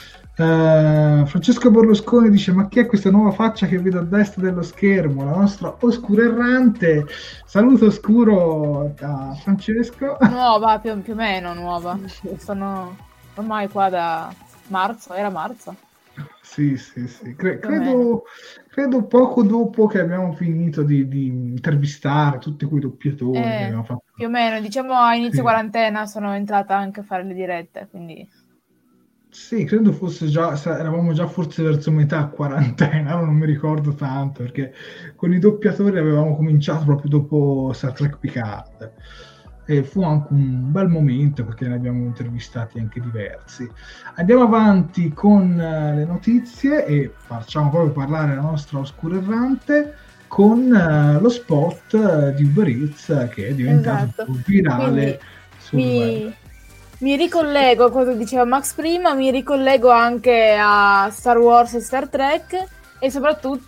Uh, Francesco Berlusconi dice: ma chi è questa nuova faccia che vedo a destra dello schermo? La nostra Oscuro Errante. Saluto oscuro da Francesco. Nuova, più, più o meno nuova. Sono ormai qua da marzo, era marzo? Sì, sì, sì. Cre- credo, credo poco dopo che abbiamo finito di, di intervistare tutti quei doppiatori eh, che abbiamo fatto. Più o meno, diciamo a inizio sì. quarantena sono entrata anche a fare le dirette, quindi... Sì, credo fosse già, eravamo già forse verso metà quarantena, non mi ricordo tanto, perché con i doppiatori avevamo cominciato proprio dopo Star Trek Picard e fu anche un bel momento perché ne abbiamo intervistati anche diversi. Andiamo avanti con uh, le notizie e facciamo proprio parlare la nostra Oscuro Errante con uh, lo spot uh, di Uber Eats che è diventato esatto. virale sul mi... web. Mi ricollego a cosa diceva Max prima, mi ricollego anche a Star Wars e Star Trek e soprattutto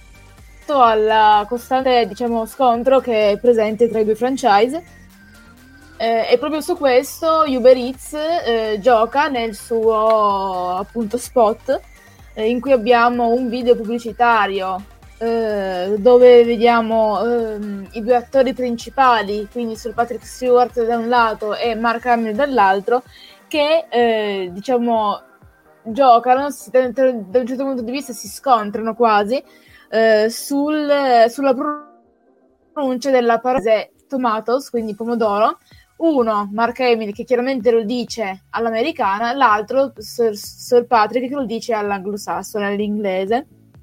alla costante, diciamo, scontro che è presente tra i due franchise. Eh, e proprio su questo Uber Eats eh, gioca nel suo appunto spot eh, in cui abbiamo un video pubblicitario eh, dove vediamo eh, i due attori principali, quindi Sir Patrick Stewart da un lato e Mark Hamill dall'altro, che eh, diciamo giocano, si, da un certo punto di vista si scontrano quasi eh, sul, sulla pronuncia della parola tomatoes, quindi pomodoro. Uno, Mark Hamill, che chiaramente lo dice all'americana, l'altro, Sir, Sir Patrick, che lo dice all'anglosassone, all'inglese.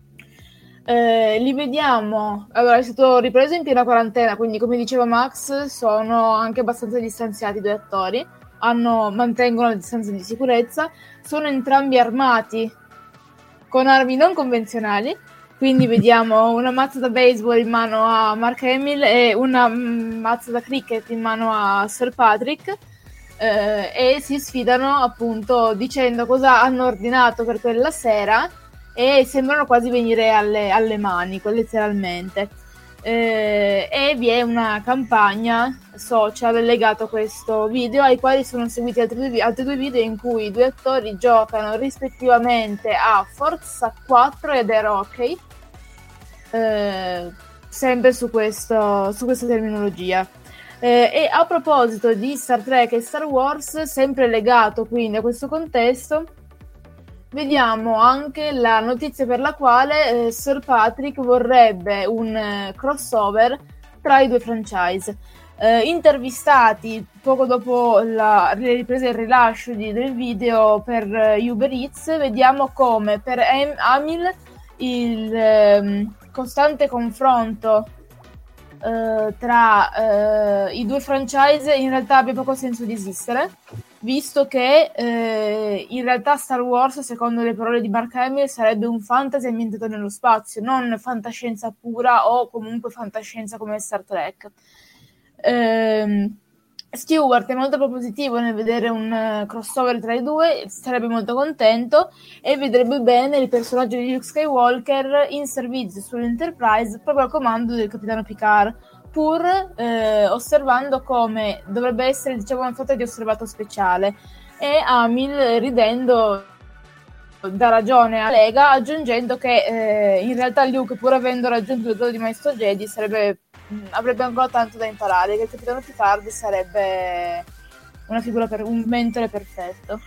Eh, li vediamo, allora è stato ripreso in piena quarantena, quindi come diceva Max sono anche abbastanza distanziati i due attori, hanno, mantengono la distanza di sicurezza, sono entrambi armati con armi non convenzionali, quindi vediamo una mazza da baseball in mano a Mark Hamill e una mazza da cricket in mano a Sir Patrick eh, e si sfidano appunto dicendo cosa hanno ordinato per quella sera e sembrano quasi venire alle, alle mani, letteralmente. Eh, e vi è una campagna social legata a questo video, ai quali sono seguiti altri due, altri due video in cui i due attori giocano rispettivamente a Forza quattro ed Aero Hockey, eh, sempre su, questo, su questa terminologia. Eh, e a proposito di Star Trek e Star Wars, sempre legato quindi a questo contesto, vediamo anche la notizia per la quale eh, Sir Patrick vorrebbe un eh, crossover tra i due franchise. Eh, intervistati poco dopo la ripresa e il rilascio di, del video per uh, Uber Eats, vediamo come per Am- Hamill il eh, costante confronto eh, tra eh, i due franchise in realtà abbia poco senso di esistere, visto che eh, in realtà Star Wars, secondo le parole di Mark Hamill, sarebbe un fantasy ambientato nello spazio, non fantascienza pura o comunque fantascienza come Star Trek. Eh, Stewart è molto propositivo nel vedere un uh, crossover tra i due, sarebbe molto contento e vedrebbe bene il personaggio di Luke Skywalker in servizio sull'Enterprise proprio al comando del capitano Picard, pur eh, osservando come dovrebbe essere, diciamo, una sorta di osservato speciale, e Hamill ridendo dà ragione a Lega, aggiungendo che eh, in realtà Luke, pur avendo raggiunto il grado di maestro Jedi, sarebbe, mh, avrebbe ancora tanto da imparare, che il capitano Picard sarebbe una figura per un mentore perfetto.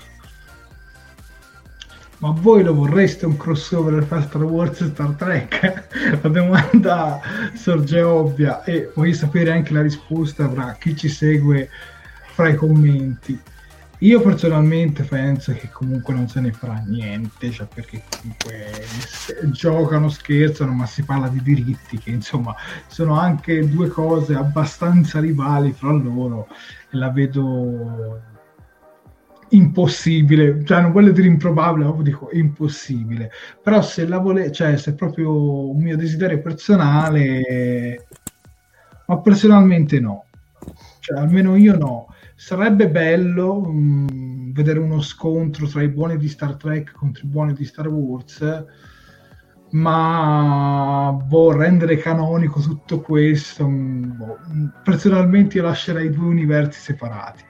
Ma voi lo vorreste un crossover fra Star Wars e Star Trek? La domanda sorge ovvia e voglio sapere anche la risposta fra chi ci segue fra i commenti. Io personalmente penso che comunque non se ne farà niente, cioè perché comunque giocano, scherzano, ma si parla di diritti che insomma sono anche due cose abbastanza rivali fra loro e la vedo impossibile, cioè non voglio dire improbabile, ma dico impossibile. Però se la vole, cioè se è proprio un mio desiderio personale, ma personalmente no, cioè almeno io no. Sarebbe bello mh, vedere uno scontro tra i buoni di Star Trek contro i buoni di Star Wars, ma boh, rendere canonico tutto questo, mh, boh, personalmente io lascerei i due universi separati.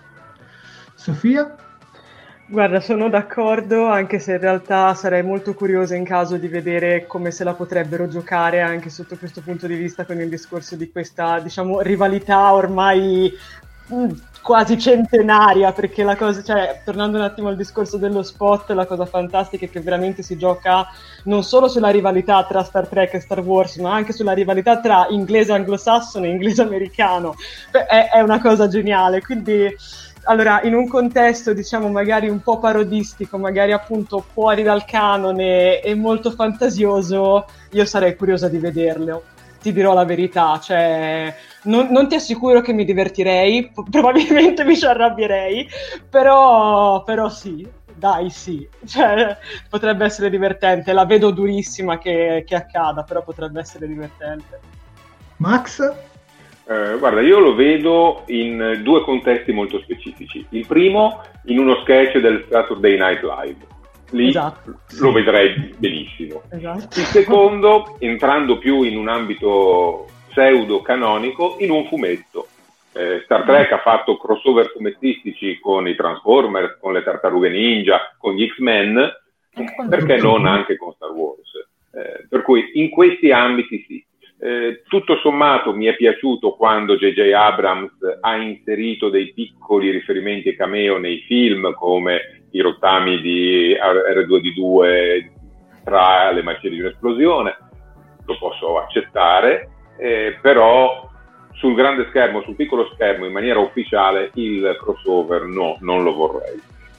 Sofia? Guarda, sono d'accordo, anche se in realtà sarei molto curiosa in caso di vedere come se la potrebbero giocare anche sotto questo punto di vista con il discorso di questa, diciamo, rivalità ormai mh, quasi centenaria, perché la cosa, cioè, tornando un attimo al discorso dello spot, la cosa fantastica è che veramente si gioca non solo sulla rivalità tra Star Trek e Star Wars, ma anche sulla rivalità tra inglese anglosassone e inglese americano. Beh, è, è una cosa geniale, quindi allora, in un contesto, diciamo, magari un po' parodistico, magari appunto fuori dal canone e molto fantasioso, io sarei curiosa di vederlo. Ti dirò la verità, cioè non, non ti assicuro che mi divertirei, probabilmente mi ci arrabbierei, però, però sì, dai sì, cioè, potrebbe essere divertente, la vedo durissima che, che accada, però potrebbe essere divertente. Max? Eh, guarda, io lo vedo in due contesti molto specifici. Il primo, in uno sketch del Saturday Night Live. Lì esatto, lo vedrei benissimo. Esatto. Il secondo, entrando più in un ambito pseudo canonico, in un fumetto. Eh, Star Trek ha fatto crossover fumettistici con i Transformers, con le Tartarughe Ninja, con gli X-Men, perché non anche con Star Wars? Eh, per cui in questi ambiti sì. Eh, tutto sommato mi è piaciuto quando J J Abrams ha inserito dei piccoli riferimenti e cameo nei film, come i rottami di R due D due tra le macerie di un'esplosione. Lo posso accettare, eh, però sul grande schermo, sul piccolo schermo, in maniera ufficiale, il crossover no, non lo vorrei.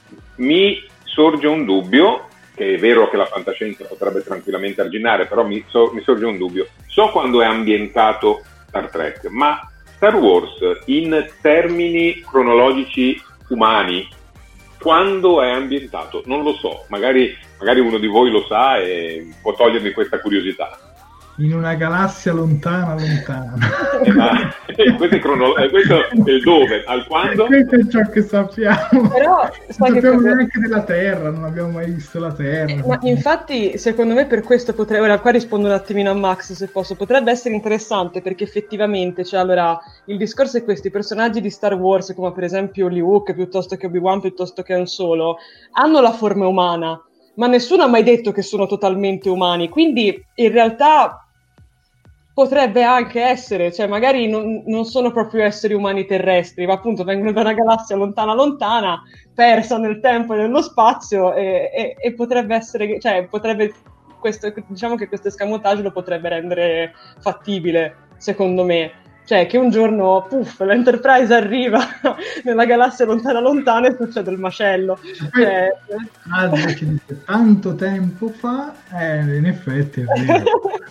Mi sorge un dubbio, che è vero che la fantascienza potrebbe tranquillamente arginare, però mi, so, mi sorge un dubbio. So quando è ambientato Star Trek, ma Star Wars in termini cronologici umani, quando è ambientato? Non lo so, magari, magari uno di voi lo sa e può togliermi questa curiosità. In una galassia lontana, lontana. Eh, ma, eh, questo, è crono- eh, questo è il dove, al quando? Questo è ciò che sappiamo. Però, non sappiamo che... neanche della Terra, non abbiamo mai visto la Terra. Eh, ma infatti, secondo me per questo potrebbe... Ora, qua rispondo un attimino a Max, se posso. Potrebbe essere interessante, perché effettivamente, cioè, allora, il discorso è questo, i personaggi di Star Wars, come per esempio Luke, piuttosto che Obi-Wan, piuttosto che Han Solo, hanno la forma umana, ma nessuno ha mai detto che sono totalmente umani, quindi in realtà potrebbe anche essere, cioè magari non, non sono proprio esseri umani terrestri, ma appunto vengono da una galassia lontana lontana, persa nel tempo e nello spazio, e, e, e potrebbe essere, cioè potrebbe, questo, diciamo che questo escamotage lo potrebbe rendere fattibile, secondo me. Cioè che un giorno, puff, l'Enterprise arriva nella galassia lontana lontana e succede il macello. Cioè, ah, che dice, tanto tempo fa, eh, in effetti è vero.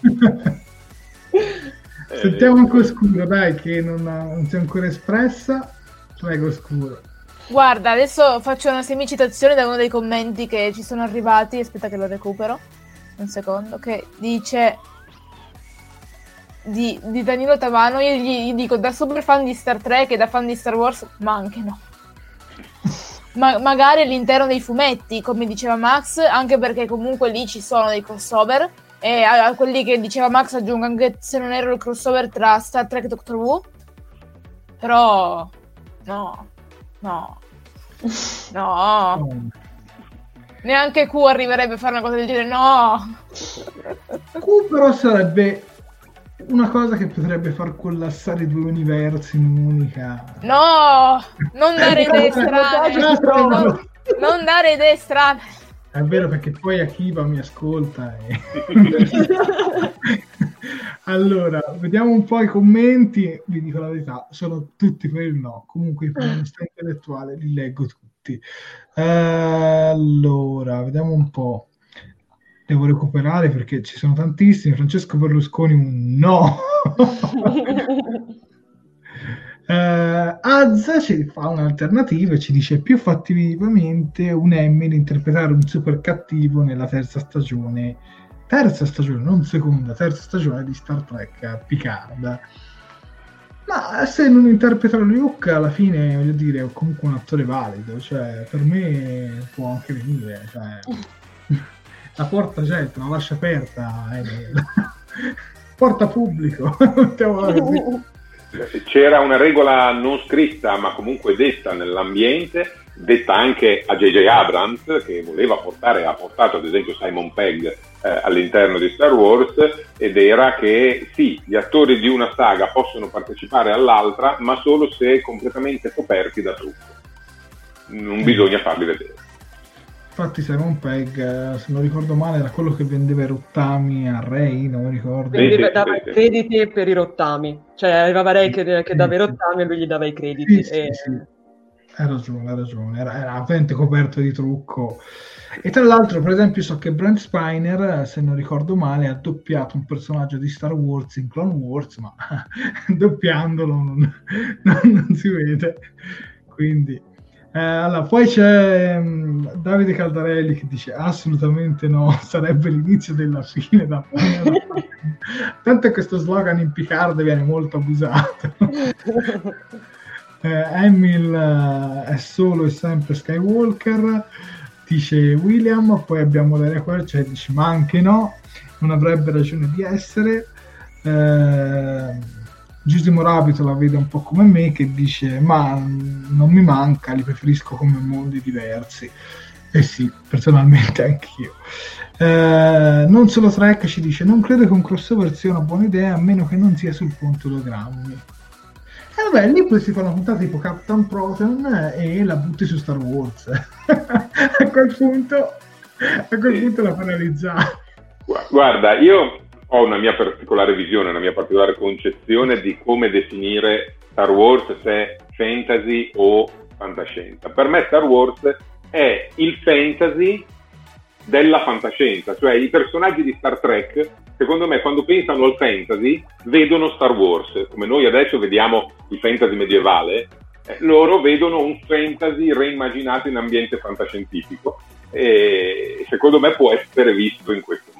Sentiamo anche Oscuro, dai, che non, non si è ancora espressa. Prego, Oscuro. Guarda, adesso faccio una semicitazione da uno dei commenti che ci sono arrivati. Aspetta che lo recupero un secondo. Che dice di, di Danilo Tavano. Io gli, gli dico, da super fan di Star Trek e da fan di Star Wars, ma anche no. Ma magari all'interno dei fumetti, come diceva Max, anche perché comunque lì ci sono dei crossover. E a, a quelli che diceva Max aggiungo anche, se non ero, il crossover tra Star Trek e Doctor Who. Però no, no, no. Neanche Q arriverebbe a fare una cosa del genere, no! Q però sarebbe una cosa che potrebbe far collassare i due universi in un'unica... No! Non dare idee strane! Non, non dare idee strane! È vero, perché poi Akiba mi ascolta e... Allora, vediamo un po' i commenti. Vi dico la verità, sono tutti per il no. Comunque i problemi intellettuale li leggo tutti. Uh, allora, vediamo un po'. Devo recuperare perché ci sono tantissimi. Francesco Berlusconi un no. Uh, Az ci fa un'alternativa e ci dice più fattivamente un Emmy di interpretare un super cattivo nella terza stagione terza stagione, non seconda, terza stagione di Star Trek Picard. Ma se non interpretano Luke, alla fine, voglio dire, è comunque un attore valido, cioè per me può anche venire, cioè, la porta c'è, te la lascia aperta, eh, porta pubblico, mettiamola così. C'era una regola non scritta ma comunque detta nell'ambiente, detta anche a J J Abrams, che voleva portare, ha portato ad esempio Simon Pegg eh, all'interno di Star Wars, ed era che sì, gli attori di una saga possono partecipare all'altra ma solo se completamente coperti da trucco, non bisogna farli vedere. Infatti Simon Pegg, se non ricordo male, era quello che vendeva i rottami a Rey, non mi ricordo. Vendeva, sì, dava sì, i crediti per i rottami, cioè arrivava Rey che, che dava i rottami e lui gli dava i crediti. Sì, e... sì, sì. Hai ragione, hai ragione, era, era veramente coperto di trucco. E tra l'altro, per esempio, so che Brent Spiner, se non ricordo male, ha doppiato un personaggio di Star Wars in Clone Wars, ma doppiandolo non, non, non si vede. Quindi... Eh, allora, poi c'è um, Davide Caldarelli che dice assolutamente no, sarebbe l'inizio della fine da tanto che questo slogan in Picard viene molto abusato. eh, Emil uh, è solo e sempre Skywalker, dice William. Poi abbiamo Daria Quercia che dice ma anche no, non avrebbe ragione di essere. eh, Giusimo Rabito la vede un po' come me, che dice ma non mi manca, li preferisco come mondi diversi. E sì, personalmente anch'io. Eh, non solo Trek ci dice non credo che un crossover sia una buona idea a meno che non sia sul ponte ologrammi. E vabbè, lì poi si fa una puntata tipo Captain Proton e la butti su Star Wars. a quel punto a quel punto la penalizzare. Guarda, io ho una mia particolare visione, una mia particolare concezione di come definire Star Wars, se è fantasy o fantascienza. Per me Star Wars è il fantasy della fantascienza, cioè i personaggi di Star Trek, secondo me, quando pensano al fantasy, vedono Star Wars, come noi adesso vediamo il fantasy medievale, eh, loro vedono un fantasy reimmaginato in ambiente fantascientifico, e secondo me può essere visto in questo modo.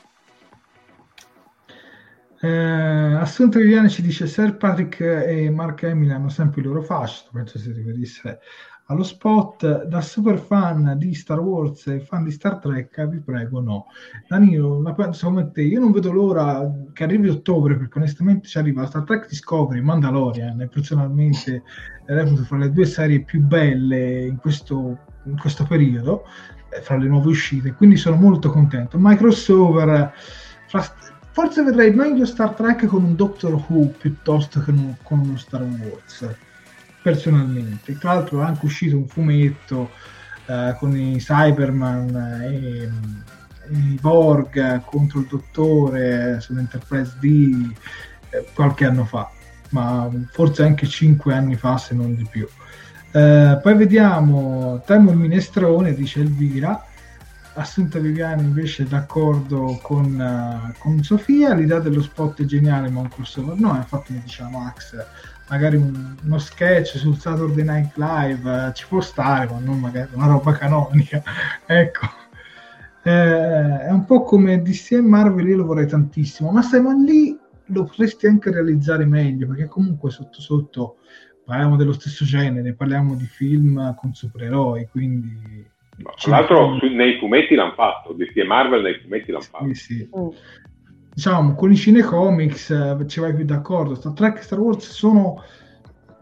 Eh, Assunta Viviane ci dice Sir Patrick e Mark Hamill hanno sempre il loro fascino, penso si riferisse allo spot. Da super fan di Star Wars e fan di Star Trek vi prego no. Danilo, la penso come te, io non vedo l'ora che arrivi ottobre, perché onestamente ci arriva Star Trek Discovery, Mandalorian, e personalmente reputo fra le due serie più belle in questo, in questo periodo, eh, fra le nuove uscite, quindi sono molto contento. My crossover fra forse vedrei meglio Star Trek con un Doctor Who piuttosto che un, con uno Star Wars, personalmente. Tra l'altro è anche uscito un fumetto eh, con i Cyberman e, e i Borg contro il Dottore sull'Enterprise D eh, qualche anno fa, ma forse anche cinque anni fa, se non di più. Eh, poi vediamo Temo il minestrone, dice Elvira. Assunta Viviani invece è d'accordo con, uh, con Sofia, l'idea dello spot è geniale ma un crossover no, infatti mi diceva Max, magari un, uno sketch sul Saturday Night Live uh, ci può stare, ma non magari una roba canonica. Ecco, eh, è un po' come D C e Marvel, io lo vorrei tantissimo, ma sai, ma lì lo potresti anche realizzare meglio, perché comunque sotto sotto parliamo dello stesso genere, parliamo di film con supereroi, quindi... Tra l'altro su, nei fumetti l'hanno fatto, D C e Marvel nei fumetti l'hanno fatto. Sì, sì. Mm. Diciamo, con i cinecomics eh, ci vai più d'accordo. Star Trek e Star Wars sono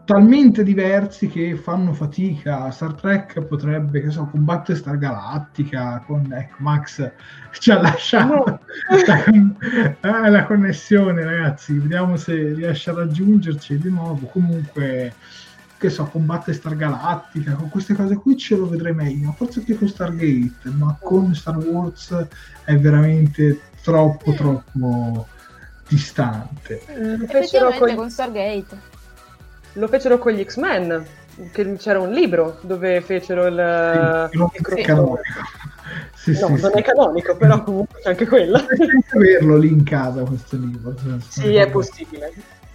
talmente diversi che fanno fatica. Star Trek potrebbe, che so, combattere Star Galactica con, ecco, Max ci ha lasciato No. la, con- eh, la connessione, ragazzi, vediamo se riesce a raggiungerci di nuovo. Comunque, che so, combattere Star Galactica, con queste cose qui ce lo vedrei meglio, forse più con Stargate, ma con Star Wars è veramente troppo troppo distante. Lo fecero Effettivamente con, con Stargate. lo fecero con gli X-Men, che c'era un libro dove fecero il, Sì, non il è crossover. canonico. Sì, No, sì, non sì. è canonico, però comunque c'è anche quella. Dovresti averlo lì in casa questo libro. Sì, è possibile.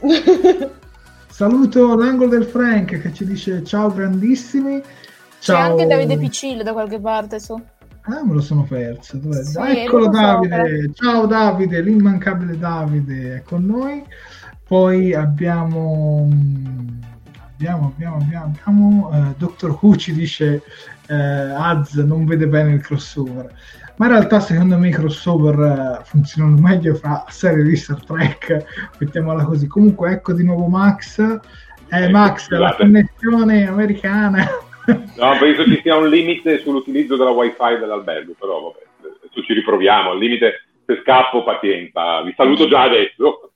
Saluto l'angolo del Frank che ci dice ciao grandissimi. Ciao. C'è anche Davide Piccillo da qualche parte su. Ah, me lo sono perso. Dov'è? Sì, Eccolo lo so, Davide. Ciao Davide, l'immancabile Davide è con noi. Poi abbiamo abbiamo abbiamo abbiamo, abbiamo eh, Doctor Who ci dice eh, Az non vede bene il crossover. Ma in realtà secondo me i crossover eh, funzionano meglio fra serie di Star Trek, mettiamola così. Comunque ecco di nuovo Max. Eh, Max, scusate. la connessione americana. No, penso ci sia un limite sull'utilizzo della wifi dell'albergo, però vabbè, adesso ci riproviamo. Al limite, se scappo, pazienza. Vi saluto già adesso.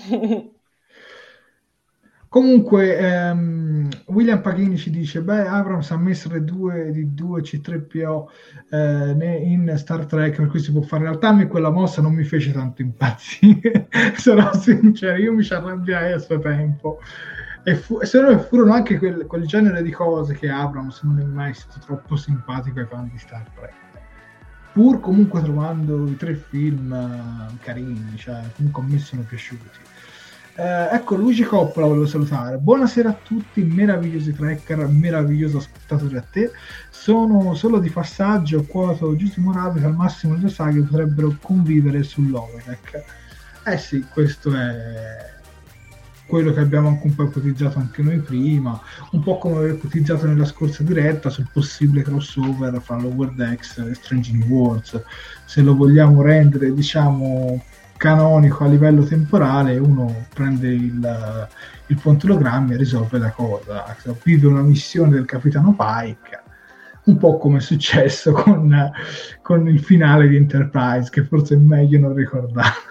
Comunque ehm, William Paghini ci dice beh, Abrams ha messo le due di due C tre P O eh, ne- in Star Trek, per cui si può fare. In realtà a me quella mossa non mi fece tanto impazzire sarò sincero, io mi ci arrabbiai a suo tempo e, fu- e se no furono anche quel, quel genere di cose che Abrams non è mai stato troppo simpatico ai fan di Star Trek, pur comunque trovando i tre film eh, carini, cioè comunque a me sono piaciuti. Eh, ecco, Luigi Coppola volevo salutare. Buonasera a tutti, meravigliosi tracker, meraviglioso ascoltatore a te. Sono solo di passaggio, quoto Giuseppe Moravi che al massimo le due saghe potrebbero convivere sull'Overdeck. Eh sì, questo è quello che abbiamo anche un po' ipotizzato anche noi prima, un po' come avevo ipotizzato nella scorsa diretta sul possibile crossover fra Lower Decks e Strange New Worlds. Se lo vogliamo rendere, diciamo, canonico a livello temporale, uno prende il, il pontilogramma e risolve la cosa, vive una missione del capitano Pike, un po' come è successo con, con il finale di Enterprise, che forse è meglio non ricordare.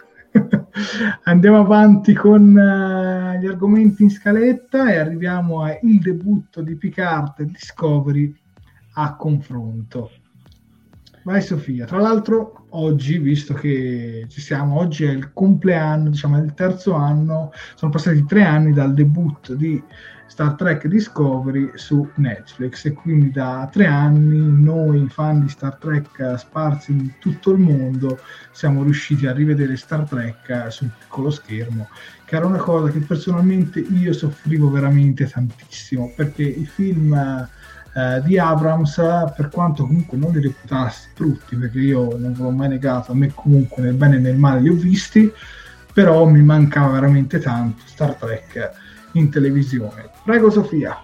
Andiamo avanti con uh, gli argomenti in scaletta e arriviamo al debutto di Picard e Discovery a confronto. Vai Sofia. Tra l'altro oggi, visto che ci siamo, oggi è il compleanno, diciamo è il terzo anno, sono passati tre anni dal debutto di Star Trek Discovery su Netflix e quindi da tre anni noi fan di Star Trek sparsi in tutto il mondo siamo riusciti a rivedere Star Trek sul piccolo schermo, che era una cosa che personalmente io soffrivo veramente tantissimo, perché i film Uh, di Abrams, per quanto comunque non li reputassi brutti, perché io non ve l'ho mai negato, a me comunque nel bene e nel male li ho visti, però mi mancava veramente tanto Star Trek in televisione. Prego Sofia.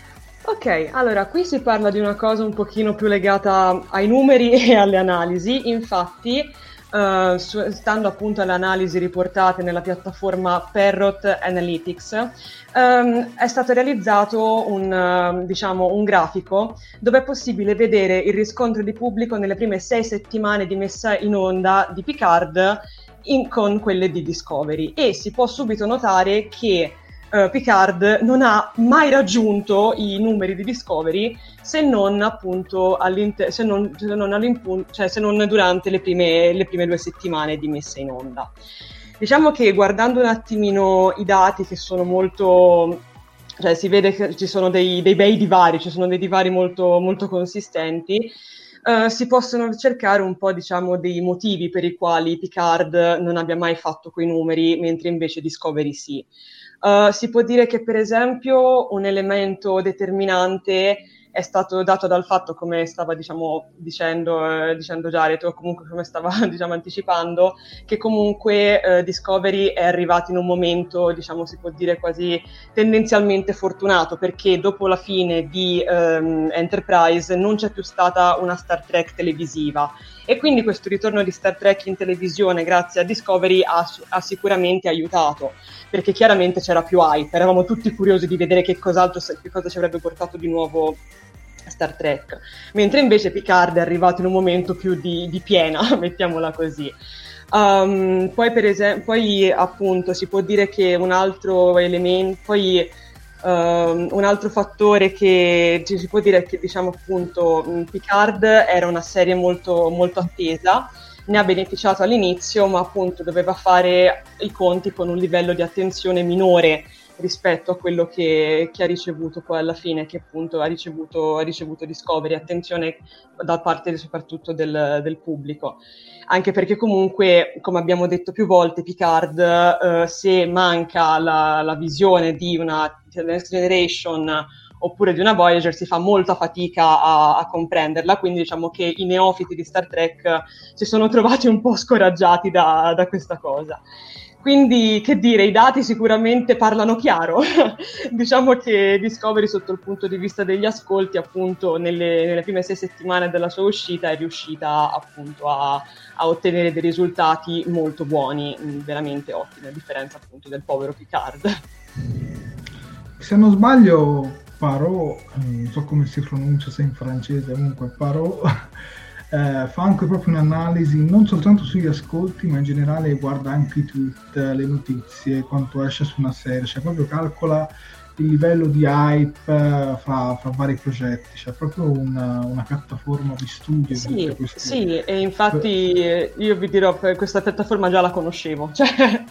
Ok, allora qui si parla di una cosa un pochino più legata ai numeri e alle analisi, infatti uh, su, stando appunto alle analisi riportate nella piattaforma Parrot Analytics, um, è stato realizzato un, uh, diciamo, un grafico dove è possibile vedere il riscontro di pubblico nelle prime sei settimane di messa in onda di Picard in, con quelle di Discovery, e si può subito notare che Uh, Picard non ha mai raggiunto i numeri di Discovery se non appunto se non, se non, cioè, se non durante le prime, le prime due settimane di messa in onda. Diciamo che guardando un attimino i dati, che sono molto, cioè si vede che ci sono dei, dei bei divari, ci sono dei divari molto, molto consistenti. Uh, si possono cercare un po', diciamo, dei motivi per i quali Picard non abbia mai fatto quei numeri, mentre invece Discovery sì. Uh, si può dire che per esempio un elemento determinante è stato dato dal fatto, come stava diciamo dicendo, eh, dicendo Jared, o comunque come stava diciamo anticipando, che comunque eh, Discovery è arrivato in un momento, diciamo si può dire quasi tendenzialmente fortunato, perché dopo la fine di ehm, Enterprise non c'è più stata una Star Trek televisiva, e quindi questo ritorno di Star Trek in televisione grazie a Discovery ha, ha sicuramente aiutato, perché chiaramente c'era più hype, eravamo tutti curiosi di vedere che cos'altro, che cosa ci avrebbe portato di nuovo Star Trek, mentre invece Picard è arrivato in un momento più di, di piena, mettiamola così. Um, poi per esempio, poi appunto si può dire che un altro elemento, poi um, un altro fattore che ci si può dire che diciamo appunto Picard era una serie molto, molto attesa, ne ha beneficiato all'inizio, ma appunto doveva fare i conti con un livello di attenzione minore rispetto a quello che, che ha ricevuto poi alla fine, che appunto ha ricevuto, ha ricevuto Discovery, attenzione da parte soprattutto del, del pubblico. Anche perché comunque, come abbiamo detto più volte, Picard, eh, se manca la, la visione di una Next Generation oppure di una Voyager, si fa molta fatica a, a comprenderla, quindi diciamo che i neofiti di Star Trek si sono trovati un po' scoraggiati da, da questa cosa. Quindi, che dire, i dati sicuramente parlano chiaro. Diciamo che Discovery, sotto il punto di vista degli ascolti, appunto, nelle, nelle prime sei settimane della sua uscita è riuscita appunto a, a ottenere dei risultati molto buoni, veramente ottimi, a differenza appunto del povero Picard. Se non sbaglio, Parò, non so come si pronuncia, se in francese, comunque Parò, Eh, fa anche proprio un'analisi non soltanto sugli ascolti, ma in generale guarda anche i tweet, le notizie, quanto esce su una serie, cioè proprio calcola il livello di hype fra, fra vari progetti, c'è cioè proprio una, una piattaforma di studio. Sì, di queste... sì, e infatti io vi dirò, questa piattaforma già la conoscevo, cioè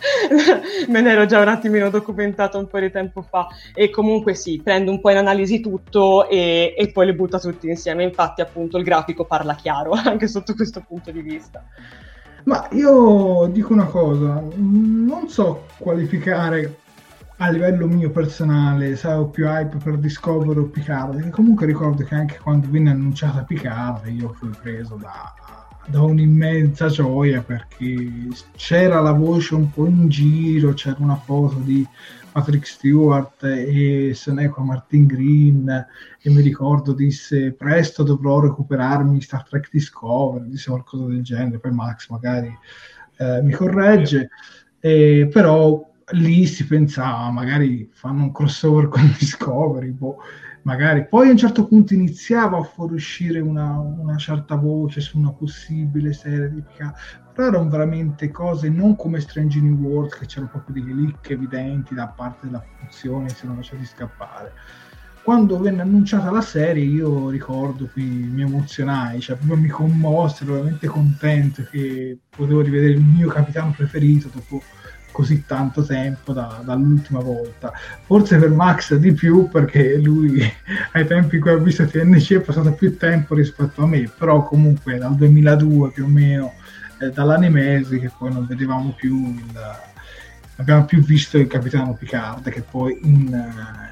me ne ero già un attimino documentato un po' di tempo fa, e comunque sì, prende un po' in analisi tutto e, e poi le butta tutti insieme, infatti appunto il grafico parla chiaro anche sotto questo punto di vista. Ma io dico una cosa, non so qualificare a livello mio personale, se ho più hype per Discovery o Picard, perché comunque ricordo che anche quando venne annunciata Picard io fui preso da, da un'immensa gioia, perché c'era la voce un po' in giro, c'era una foto di Patrick Stewart e Sonequa Martin Green, e mi ricordo disse presto dovrò recuperarmi Star Trek Discovery, disse qualcosa del genere, poi Max magari eh, mi corregge, eh, però lì si pensava magari fanno un crossover con Discovery, boh, magari poi a un certo punto iniziava a fuoriuscire una, una certa voce su una possibile serie di Picard, però erano veramente cose non come Strange New Worlds, che c'erano proprio dei leak evidenti da parte della produzione, se non lasciati scappare. Quando venne annunciata la serie io ricordo qui mi emozionai, cioè proprio mi commossi, ero veramente contento che potevo rivedere il mio capitano preferito dopo così tanto tempo da, dall'ultima volta. Forse per Max di più, perché lui ai tempi in cui ha visto T N C è passato più tempo rispetto a me, però comunque dal duemiladue più o meno, eh, dall'Anemesi, che poi non vedevamo più il, abbiamo più visto il capitano Picard, che poi in,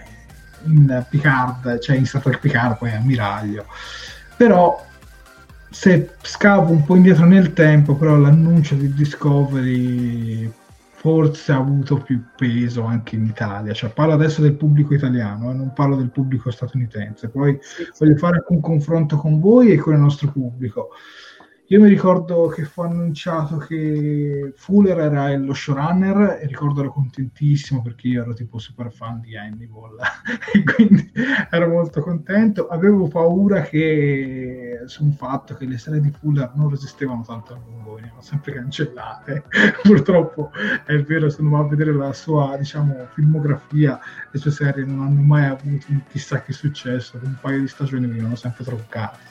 in Picard, cioè in Star Trek Picard poi è ammiraglio. Però se scavo un po' indietro nel tempo, però l'annuncio di Discovery forse ha avuto più peso anche in Italia, cioè parlo adesso del pubblico italiano, eh, non parlo del pubblico statunitense, poi sì, voglio sì. fare anche un confronto con voi e con il nostro pubblico. Io mi ricordo che fu annunciato che Fuller era lo showrunner e ricordo ero contentissimo perché io ero tipo super fan di Hannibal e quindi ero molto contento. Avevo paura che su un fatto che le serie di Fuller non resistevano tanto a lungo, venivano sempre cancellate. Purtroppo è vero, se uno va a vedere la sua, diciamo, filmografia, le sue serie non hanno mai avuto un chissà che successo, un paio di stagioni venivano sempre troncate.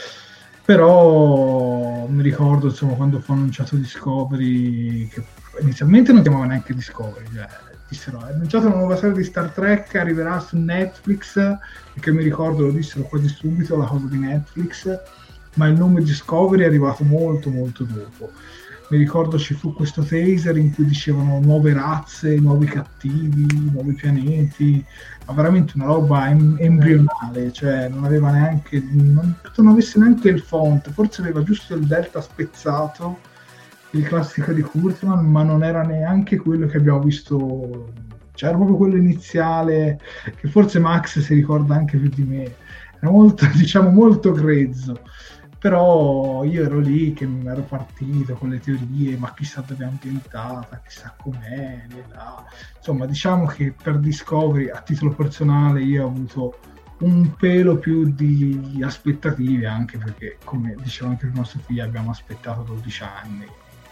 Però mi ricordo, insomma, quando fu annunciato Discovery, che inizialmente non chiamava neanche Discovery, cioè, dissero, è annunciata una nuova serie di Star Trek, arriverà su Netflix, perché mi ricordo, lo dissero quasi subito, la cosa di Netflix, ma il nome Discovery è arrivato molto molto dopo. mi ricordo ci fu questo taser in cui dicevano nuove razze, nuovi cattivi, nuovi pianeti, ma veramente una roba em- embrionale, cioè non aveva neanche, non, non avesse neanche il font, forse aveva giusto il delta spezzato, il classico di Kurtzman, ma non era neanche quello che abbiamo visto, cioè era proprio quello iniziale, che forse Max si ricorda anche più di me, era molto, diciamo, molto grezzo. Però io ero lì che mi ero partito con le teorie, ma chissà dove è ambientata, chissà com'è, là. Insomma, diciamo che per Discovery, a titolo personale, io ho avuto un pelo più di aspettative, anche perché, come diceva anche prima Sofia, abbiamo aspettato dodici anni.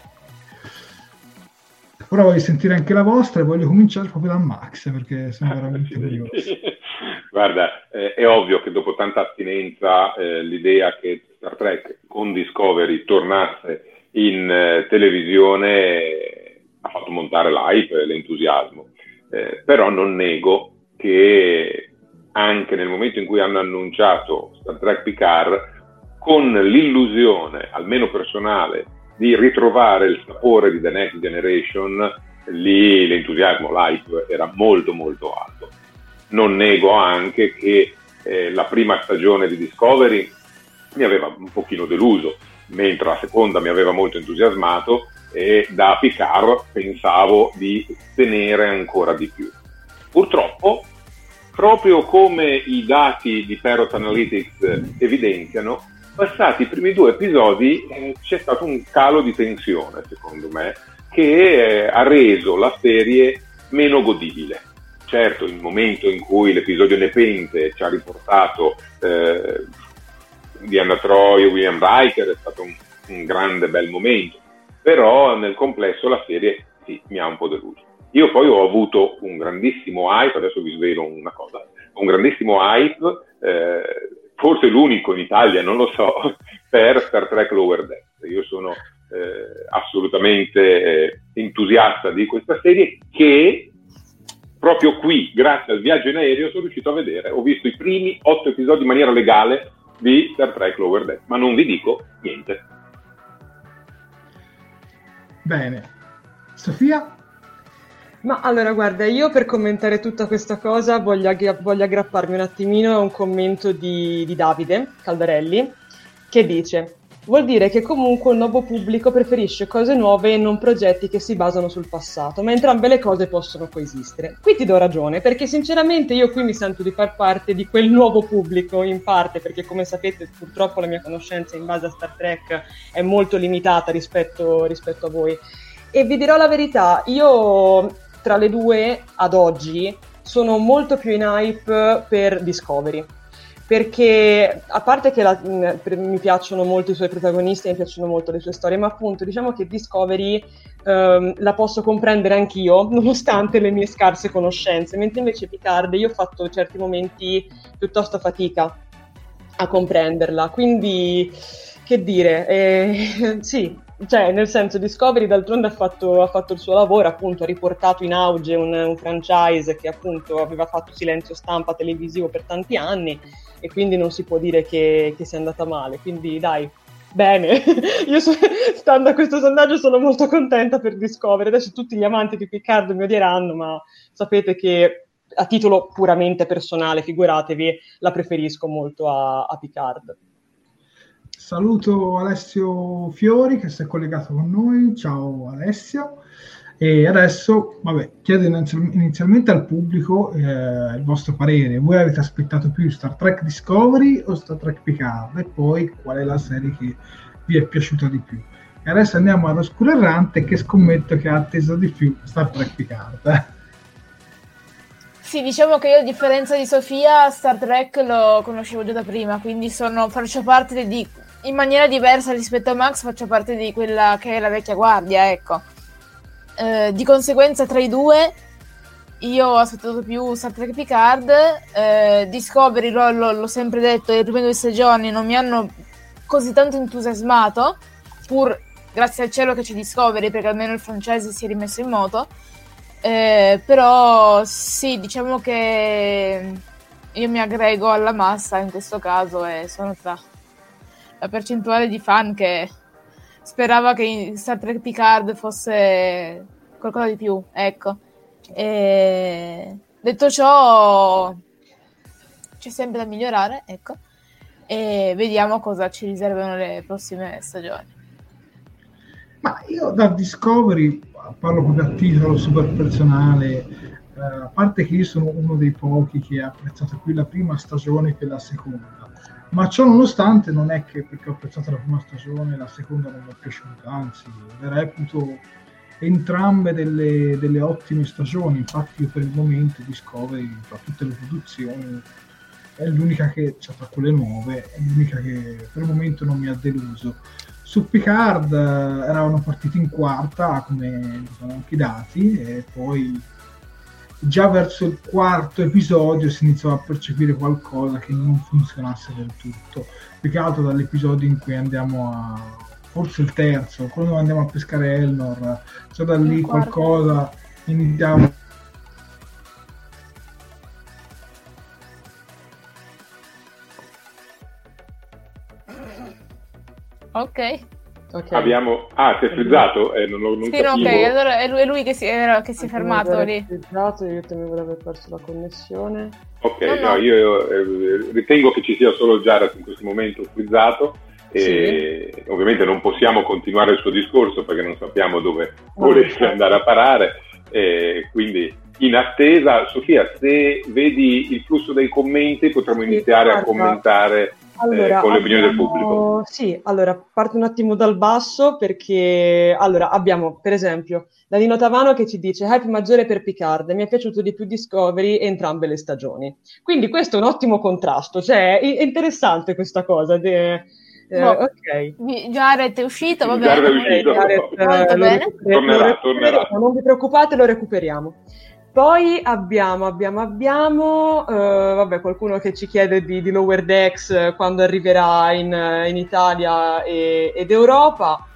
Ora voglio sentire anche la vostra e voglio cominciare proprio da Max, perché sono veramente curioso. Guarda, eh, è ovvio che dopo tanta astinenza eh, l'idea che Star Trek con Discovery tornasse in eh, televisione eh, ha fatto montare l'hype e l'entusiasmo, eh, però non nego che anche nel momento in cui hanno annunciato Star Trek Picard, con l'illusione, almeno personale, di ritrovare il sapore di The Next Generation, lì l'entusiasmo, l'hype era molto molto alto. Non nego anche che eh, la prima stagione di Discovery mi aveva un pochino deluso, mentre la seconda mi aveva molto entusiasmato e da Picard pensavo di tenere ancora di più. Purtroppo, proprio come i dati di Parrot Analytics evidenziano, passati i primi due episodi eh, c'è stato un calo di tensione, secondo me, che eh, ha reso la serie meno godibile. Certo, il momento in cui l'episodio Nepente ci ha riportato eh, Diana Troy e William Riker è stato un, un grande bel momento, però nel complesso la serie sì, mi ha un po' deluso. Io poi ho avuto un grandissimo hype, adesso vi svelo una cosa, un grandissimo hype, eh, forse l'unico in Italia, non lo so, per Star Trek Lower Decks. Io sono eh, assolutamente eh, entusiasta di questa serie che proprio qui, grazie al viaggio in aereo, sono riuscito a vedere. Ho visto i primi otto episodi in maniera legale di Star Trek Lower Decks, ma non vi dico niente. Bene. Sofia? Ma allora, guarda, io per commentare tutta questa cosa voglio, aggra- voglio aggrapparmi un attimino a un commento di, di Davide Caldarelli, che dice: vuol dire che comunque il nuovo pubblico preferisce cose nuove e non progetti che si basano sul passato, ma entrambe le cose possono coesistere. Qui ti do ragione, perché sinceramente io qui mi sento di far parte di quel nuovo pubblico, in parte perché, come sapete, purtroppo la mia conoscenza in base a Star Trek è molto limitata rispetto, rispetto a voi. E vi dirò la verità, io tra le due ad oggi sono molto più in hype per Discovery, perché a parte che la, mi piacciono molto i suoi protagonisti, mi piacciono molto le sue storie, ma appunto diciamo che Discovery ehm, la posso comprendere anch'io nonostante le mie scarse conoscenze, mentre invece Picard io ho fatto certi momenti piuttosto fatica a comprenderla, quindi che dire, eh, sì, cioè nel senso Discovery d'altronde ha fatto, ha fatto il suo lavoro, appunto ha riportato in auge un, un franchise che appunto aveva fatto silenzio stampa televisivo per tanti anni e quindi non si può dire che, che sia andata male, quindi dai, bene, io so, stando a questo sondaggio sono molto contenta per Discovery. Adesso tutti gli amanti di Picard mi odieranno, ma sapete che a titolo puramente personale, figuratevi, la preferisco molto a, a Picard. Saluto Alessio Fiori che si è collegato con noi. Ciao Alessio. E adesso, vabbè, chiedo inizialmente al pubblico eh, il vostro parere. Voi avete aspettato più Star Trek Discovery o Star Trek Picard? E poi qual è la serie che vi è piaciuta di più? E adesso andiamo all'Oscuro Errante, che scommetto che ha atteso di più Star Trek Picard. Sì, diciamo che io, a differenza di Sofia, Star Trek lo conoscevo già da prima, quindi sono, faccio parte di, in maniera diversa rispetto a Max, faccio parte di quella che è la vecchia guardia, ecco. Eh, di conseguenza tra i due io ho aspettato più Star Trek Picard. eh, Discovery, l'ho, l'ho, l'ho sempre detto, le prime due stagioni non mi hanno così tanto entusiasmato, pur grazie al cielo che c'è Discovery, perché almeno il franchise si è rimesso in moto. Eh, però sì, diciamo che io mi aggrego alla massa in questo caso e sono tra la percentuale di fan che sperava che in Star Trek Picard fosse qualcosa di più, ecco. E detto ciò, c'è sempre da migliorare, ecco, e vediamo cosa ci riservano le prossime stagioni. Ma io da Discovery, parlo proprio a titolo super personale, eh, a parte che io sono uno dei pochi che ha apprezzato più la prima stagione che la seconda, ma ciò nonostante non è che perché ho apprezzato la prima stagione la seconda non mi è piaciuta, anzi le reputo entrambe delle, delle ottime stagioni. Infatti io per il momento Discovery, tra tutte le produzioni, è l'unica che, cioè tra quelle nuove, è l'unica che per il momento non mi ha deluso. Su Picard eh, eravamo partiti in quarta, come sono anche i dati, e poi già verso il quarto episodio si iniziava a percepire qualcosa che non funzionasse del tutto, più che altro dall'episodio in cui andiamo a, forse il terzo, quando andiamo a pescare Elnor, cioè da lì qualcosa iniziamo. Ok. Okay. Abbiamo... Ah, si è frizzato? Eh, non, non sì, no, ok, allora è lui, è lui che si, era, che si è fermato lì. Frizzato, io temevo di aver perso la connessione. Ok, no, no, no. io eh, ritengo che ci sia solo Jared in questo momento frizzato e sì. Ovviamente non possiamo continuare il suo discorso perché non sappiamo dove volesse no, andare a parare, e quindi in attesa, Sofia, se vedi il flusso dei commenti potremo sì, iniziare guarda. a commentare Allora, eh, con le opinioni abbiamo... del pubblico. Sì, allora parto un attimo dal basso perché allora abbiamo per esempio Danilo Tavano che ci dice hype maggiore per Picard, mi è piaciuto di più Discovery entrambe le stagioni. Quindi questo è un ottimo contrasto, cioè è interessante questa cosa. De... Eh, no. Ok. Jared è uscito, va Jared bene. è uscito. Jared, Molto eh, bene. recuper- Tornerà, tornerà. Non vi preoccupate, lo recuperiamo. Poi abbiamo, abbiamo, abbiamo, uh, vabbè, qualcuno che ci chiede di, di Lower Decks uh, quando arriverà in, uh, in Italia e, ed Europa.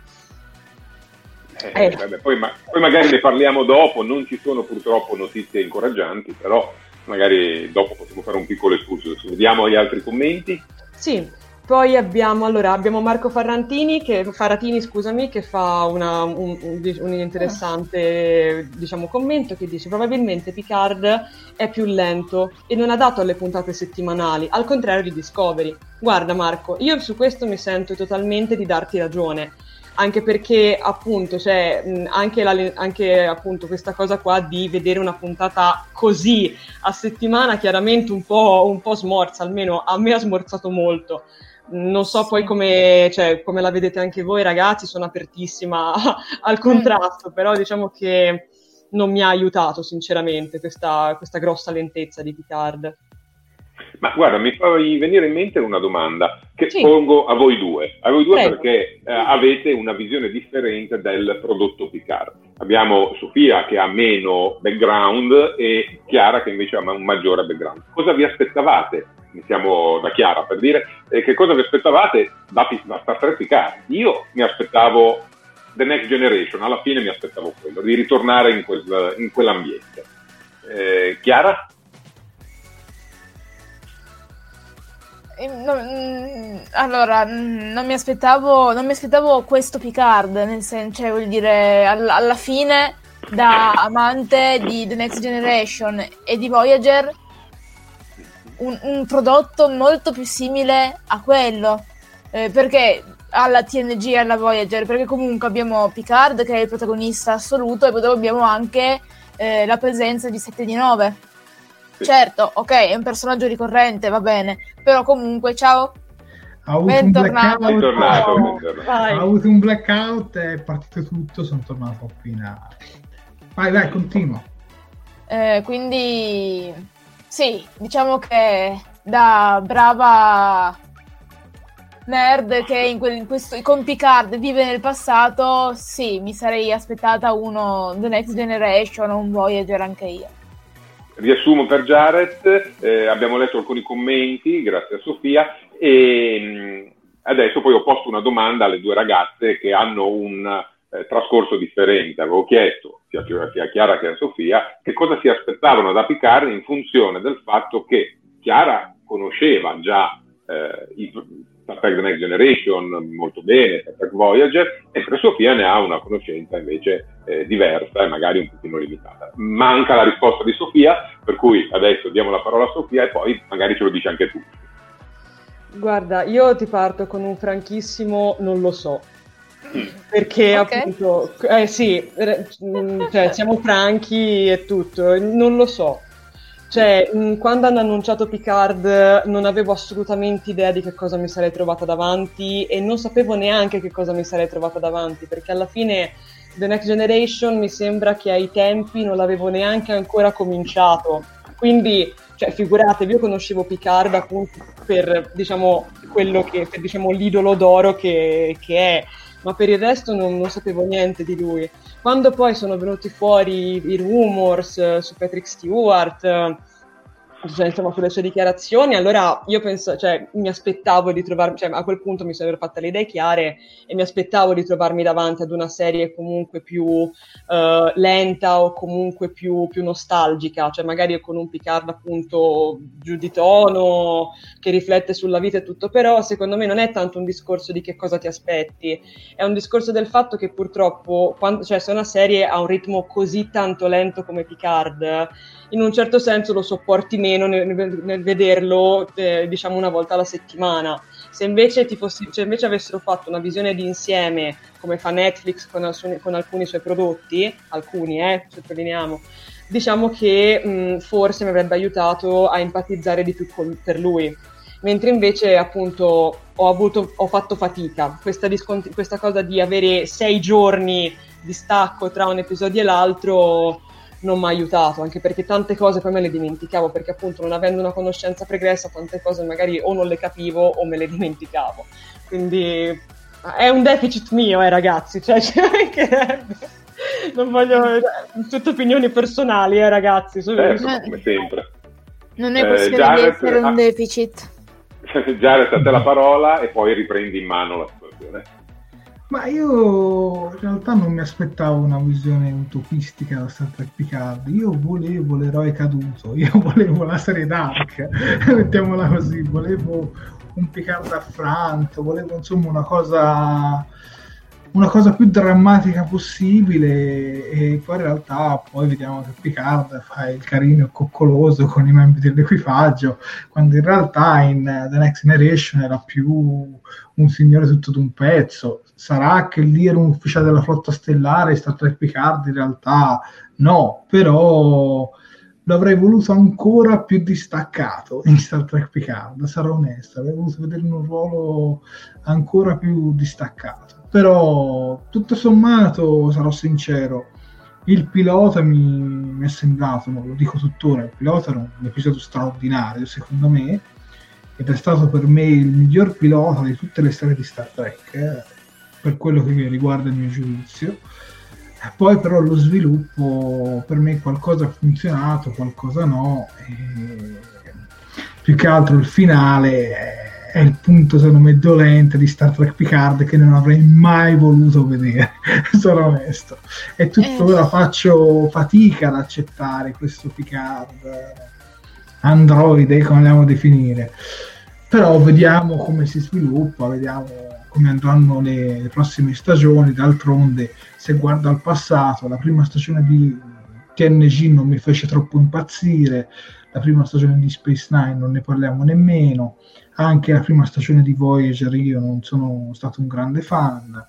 Eh, eh. Vabbè, poi, ma, poi magari ne parliamo dopo, non ci sono purtroppo notizie incoraggianti, però magari dopo possiamo fare un piccolo excursus. Vediamo gli altri commenti. Sì. Poi abbiamo, allora, abbiamo Marco Farrantini che, Faratini, scusami, che fa una, un, un interessante diciamo, commento che dice probabilmente Picard è più lento e non adatto alle puntate settimanali, al contrario di Discovery. Guarda Marco, io su questo mi sento totalmente di darti ragione, anche perché appunto c'è cioè, anche, la, anche appunto questa cosa qua di vedere una puntata così a settimana chiaramente un po', un po' smorza, almeno a me ha smorzato molto. Non so poi come, cioè, come la vedete anche voi ragazzi, sono apertissima al contrasto, però diciamo che non mi ha aiutato sinceramente questa, questa grossa lentezza di Picard. Ma guarda, mi fai venire in mente una domanda che sì. pongo a voi due, a voi due Prego. perché eh, avete una visione differente del prodotto Picard. Abbiamo Sofia che ha meno background e Chiara che invece ha un maggiore background. Cosa vi aspettavate? Iniziamo da Chiara per dire eh, che cosa vi aspettavate da, da Star Trek Picard. Io mi aspettavo The Next Generation, alla fine mi aspettavo quello, di ritornare in, quel, in quell'ambiente. Eh, Chiara? No, allora, non mi aspettavo non mi aspettavo questo Picard, nel senso, cioè, vuol dire, alla, alla fine, da amante di The Next Generation e di Voyager, un, un prodotto molto più simile a quello, eh, perché alla T N G e alla Voyager, perché comunque abbiamo Picard che è il protagonista assoluto e poi dopo abbiamo anche eh, la presenza di sette di nove. Certo, ok, è un personaggio ricorrente, va bene, però comunque, ciao, ha avuto bentornato. un blackout, Bentornato, oh, bentornato. ha avuto un blackout, è partito tutto, sono tornato appena. Vai, vai, continua. Eh, quindi, sì, diciamo che da brava nerd che in, quel, in questo, con Picard vive nel passato, sì, mi sarei aspettata uno The Next Generation o un Voyager anche io. Riassumo per Jared, eh, abbiamo letto alcuni commenti, grazie a Sofia, e mh, adesso poi ho posto una domanda alle due ragazze che hanno un eh, trascorso differente. Avevo chiesto sia, sia a Chiara che a Sofia che cosa si aspettavano da Picard in funzione del fatto che Chiara conosceva già eh, i, Star Trek The Next Generation molto bene, Star Trek Voyager, mentre Sofia ne ha una conoscenza invece eh, diversa e magari un pochino limitata. Manca la risposta di Sofia, per cui adesso diamo la parola a Sofia e poi magari ce lo dici anche tu. Guarda, io ti parto con un franchissimo non lo so. Perché okay. appunto eh sì, cioè, siamo franchi e tutto, non lo so. Cioè, quando hanno annunciato Picard non avevo assolutamente idea di che cosa mi sarei trovata davanti e non sapevo neanche che cosa mi sarei trovata davanti, perché alla fine The Next Generation mi sembra che ai tempi non l'avevo neanche ancora cominciato. Quindi, cioè, figuratevi, io conoscevo Picard appunto per, diciamo, quello che, per, diciamo, l'idolo d'oro che, che è, ma per il resto non, non sapevo niente di lui. Quando poi sono venuti fuori i rumors uh, su Patrick Stewart, uh, cioè, insomma, sulle sue dichiarazioni, allora io penso, cioè, mi aspettavo di trovarmi, cioè, a quel punto mi sono fatta le idee chiare e mi aspettavo di trovarmi davanti ad una serie comunque più uh, lenta o comunque più, più nostalgica, cioè magari con un Picard appunto giù di tono, che riflette sulla vita e tutto, però secondo me non è tanto un discorso di che cosa ti aspetti, è un discorso del fatto che purtroppo, quando, cioè, se una serie ha un ritmo così tanto lento come Picard, in un certo senso lo sopporti meno nel, nel vederlo eh, diciamo una volta alla settimana. Se invece ti fossi, cioè invece avessero fatto una visione di insieme come fa Netflix con, con alcuni suoi prodotti, alcuni eh, sottolineiamo, diciamo che mh, forse mi avrebbe aiutato a empatizzare di più con, per lui, mentre invece appunto ho avuto ho fatto fatica questa, discont- questa cosa di avere sei giorni di stacco tra un episodio e l'altro. Non mi ha aiutato, anche perché tante cose poi me le dimenticavo, perché appunto non avendo una conoscenza pregressa tante cose magari o non le capivo o me le dimenticavo, quindi è un deficit mio, eh ragazzi, cioè, cioè che... non voglio, tutte opinioni personali, eh ragazzi, certo, come sempre. Non è possibile eh, Jared, essere un ah, deficit. Jared, a te la parola e poi riprendi in mano la situazione. Ma io in realtà non mi aspettavo una visione utopistica da Star Trek Picard, io volevo l'eroe caduto, io volevo la serie Dark, mettiamola così, volevo un Picard affranto, volevo insomma una cosa una cosa più drammatica possibile, e poi in realtà poi vediamo che Picard fa il carino e coccoloso con i membri dell'equipaggio, quando in realtà in The Next Generation era più un signore tutto d'un pezzo. Sarà che lì era un ufficiale della flotta stellare, Star Trek Picard in realtà no, però lo avrei voluto ancora più distaccato in Star Trek Picard, sarò onesto, avrei voluto vedere un ruolo ancora più distaccato. Però tutto sommato, sarò sincero, il pilota mi, mi è sembrato, non lo dico tuttora, il pilota era un episodio straordinario secondo me, ed è stato per me il miglior pilota di tutte le serie di Star Trek, eh, per quello che riguarda il mio giudizio. Poi però lo sviluppo per me qualcosa ha funzionato, qualcosa no, e più che altro il finale è è il punto secondo me dolente di Star Trek Picard, che non avrei mai voluto vedere, sono onesto, e tuttora eh. faccio fatica ad accettare questo Picard androide, come vogliamo definire, però vediamo come si sviluppa, vediamo come andranno le, le prossime stagioni. D'altronde, se guardo al passato, la prima stagione di T N G non mi fece troppo impazzire, la prima stagione di Space Nine non ne parliamo nemmeno, anche la prima stagione di Voyager io non sono stato un grande fan,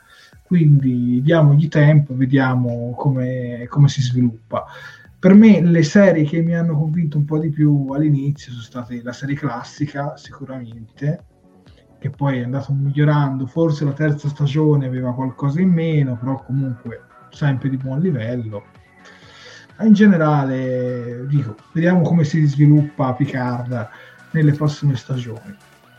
quindi diamogli tempo, vediamo come, come si sviluppa. Per me le serie che mi hanno convinto un po' di più all'inizio sono state la serie classica, sicuramente, che poi è andato migliorando, forse la terza stagione aveva qualcosa in meno, però comunque sempre di buon livello. In generale, dico, vediamo come si sviluppa Picard nelle prossime stagioni.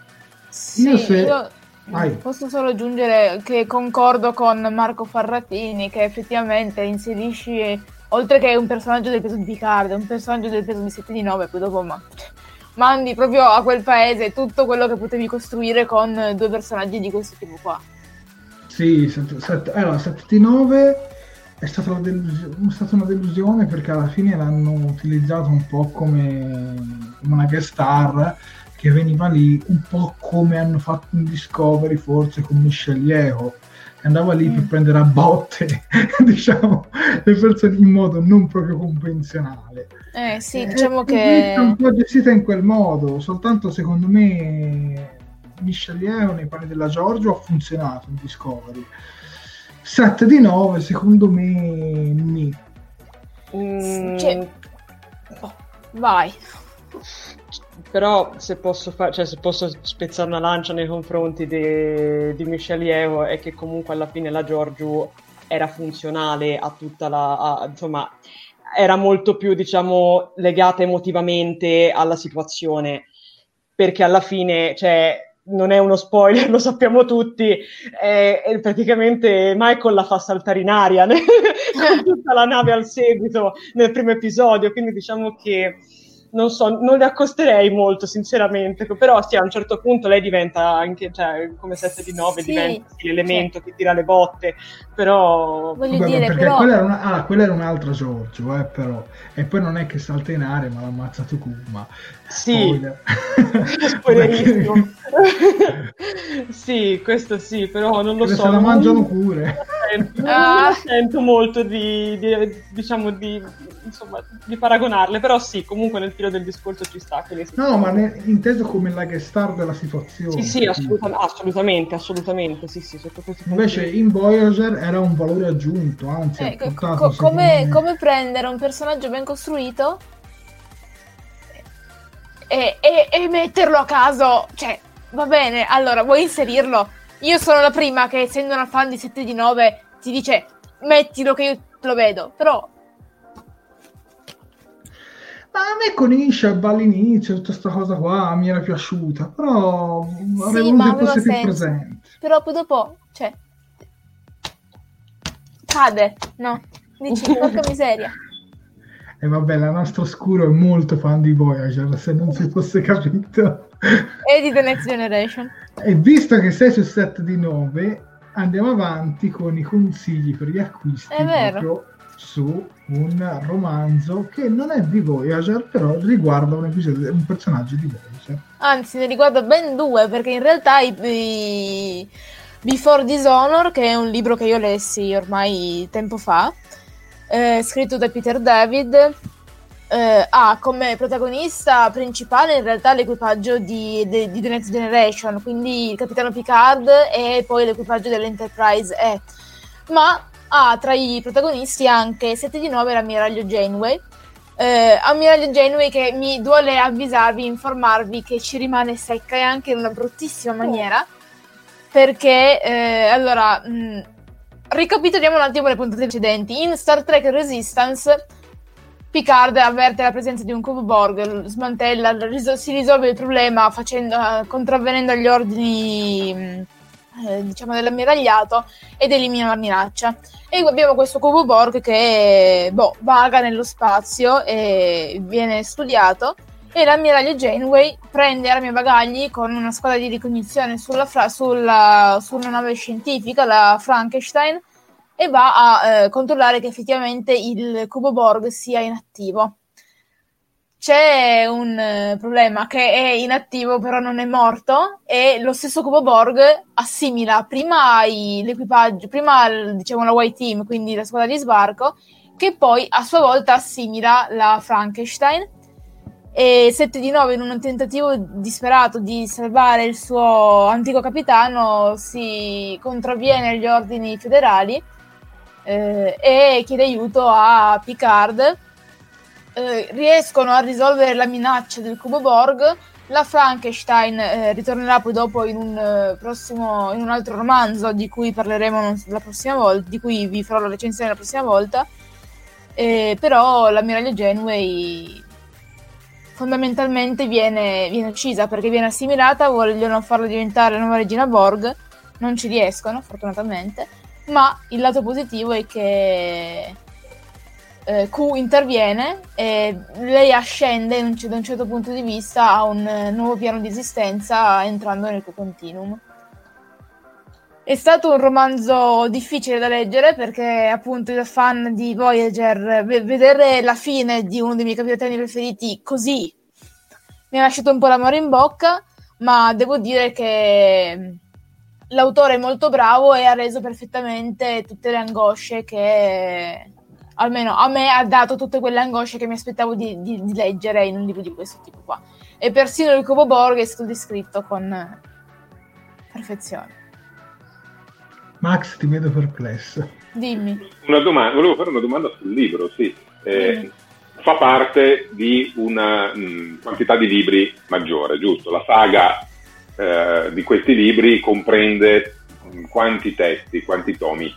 Sì, io, se... io posso solo aggiungere che concordo con Marco Farratini, che effettivamente inserisci, oltre che un personaggio del peso di Picard, un personaggio del peso di sette di nove, poi dopo ma... mandi proprio a quel paese tutto quello che potevi costruire con due personaggi di questo tipo qua. Sì, allora sette di nove è stata, una delusione, è stata una delusione, perché alla fine l'hanno utilizzato un po' come una guest star, che veniva lì un po' come hanno fatto in Discovery forse con Michelle Yeoh, che andava lì mm. per prendere a botte diciamo le persone in modo non proprio convenzionale. Eh sì, diciamo e, che è un po' gestita in quel modo, soltanto secondo me Michelle Yeoh nei panni della Giorgio ha funzionato in Discovery. sette di nove secondo me ni. Mm. Cioè, oh, vai. Però se posso fa- cioè se posso spezzare una lancia nei confronti de- di Michelle Yeoh, è che comunque alla fine la Giorgio era funzionale a tutta la a, insomma era molto più, diciamo, legata emotivamente alla situazione, perché alla fine, cioè, non è uno spoiler, lo sappiamo tutti, eh, eh, praticamente Michael la fa saltare in aria né? con tutta la nave al seguito nel primo episodio, quindi diciamo che non so, non le accosterei molto sinceramente, però sì, a un certo punto lei diventa anche, cioè, come sette di nove, sì, diventa l'elemento cioè, che tira le botte, però voglio Vabbè, dire, perché però quella era, una, ah, quella era un'altra Giorgio, eh, però, e poi non è che salta in aria, ma l'ha ammazzato Kuma. sì, Spoiler. spoilerissimo. Sì, questo sì, però non lo Che so, se la non, mangiano pure. non, Ah. non sento molto di, di diciamo di insomma di paragonarle, però sì, comunque nel filo del discorso ci sta che No, ma ne, inteso come la guest star della situazione. sì, sì, assoluta, assolutamente, assolutamente, sì, sì, sotto questo punto Invece di- in Voyager era un valore aggiunto, anzi eh, ha co- portato, co- secondo come, me- come prendere un personaggio ben costruito e, e, e metterlo a caso, cioè, va bene, allora, vuoi inserirlo? Io sono la prima che, essendo una fan di sette di nove, ti dice, mettilo che io lo vedo, però Ma a me con Ishab all'inizio tutta questa cosa qua mi era piaciuta, però avrei sì, voluto ma che aveva fosse più senso. presente. Però poi dopo, cioè, cade, no? Dici, porca miseria. E vabbè, la nostra Oscuro è molto fan di Voyager, se non si fosse capito. E di The Next Generation. E visto che sei su sette di nove, andiamo avanti con i consigli per gli acquisti È vero. proprio su un romanzo che non è di Voyager, però riguarda un episodio, un personaggio di Voyager. Anzi, ne riguarda ben due, perché in realtà i, i Before Dishonor, che è un libro che io lessi ormai tempo fa, eh, scritto da Peter David, eh, ha come protagonista principale in realtà l'equipaggio di, di, di The Next Generation, quindi il capitano Picard e poi l'equipaggio dell'Enterprise E, ma ha tra i protagonisti anche sette di nove l'ammiraglio Janeway. Eh, ammiraglio Janeway che mi duole avvisarvi, informarvi che ci rimane secca e anche in una bruttissima maniera, perché eh, allora mh, ricapitoliamo un attimo le puntate precedenti. In Star Trek Resistance Picard avverte la presenza di un cubo Borg, smantella, risol- si risolve il problema facendo, uh, contravvenendo agli ordini mh, eh, diciamo dell'ammiragliato, ed elimina la minaccia. E abbiamo questo cubo Borg che boh, vaga nello spazio e viene studiato, e l'ammiraglio Janeway prende armi e bagagli con una squadra di ricognizione sulla fra- sulla, su una nave scientifica, la Frankenstein, e va a eh, controllare che effettivamente il cubo Borg sia inattivo. C'è un eh, problema, che è inattivo però non è morto, e lo stesso cubo Borg assimila prima i, l'equipaggio, prima diciamo la White Team, quindi la squadra di sbarco, che poi a sua volta assimila la Frankenstein, e sette di nove, in un tentativo disperato di salvare il suo antico capitano, si contravviene agli ordini federali eh, e chiede aiuto a Picard. Eh, riescono a risolvere la minaccia del cubo Borg. La Frankenstein eh, ritornerà poi dopo in un eh, prossimo, in un altro romanzo di cui parleremo la prossima volta, di cui vi farò la recensione la prossima volta. Eh, però l'ammiraglio Janeway fondamentalmente viene, viene uccisa perché viene assimilata, vogliono farla diventare la nuova regina Borg, non ci riescono fortunatamente, ma il lato positivo è che eh, Q interviene e lei ascende in un, da un certo punto di vista a un eh, nuovo piano di esistenza, entrando nel Q-Continuum. È stato un romanzo difficile da leggere perché appunto da fan di Voyager v- vedere la fine di uno dei miei capitani preferiti così mi ha lasciato un po' l'amore in bocca, ma devo dire che l'autore è molto bravo e ha reso perfettamente tutte le angosce che, almeno a me, ha dato tutte quelle angosce che mi aspettavo di, di, di leggere in un libro di questo tipo qua. E persino il Covo Borg è stato descritto con perfezione. Max, ti vedo perplesso. Dimmi. Una domanda, volevo fare una domanda sul libro, sì. Eh, fa parte di una mh, quantità di libri maggiore, giusto? La saga eh, di questi libri comprende mh, quanti testi, quanti tomi?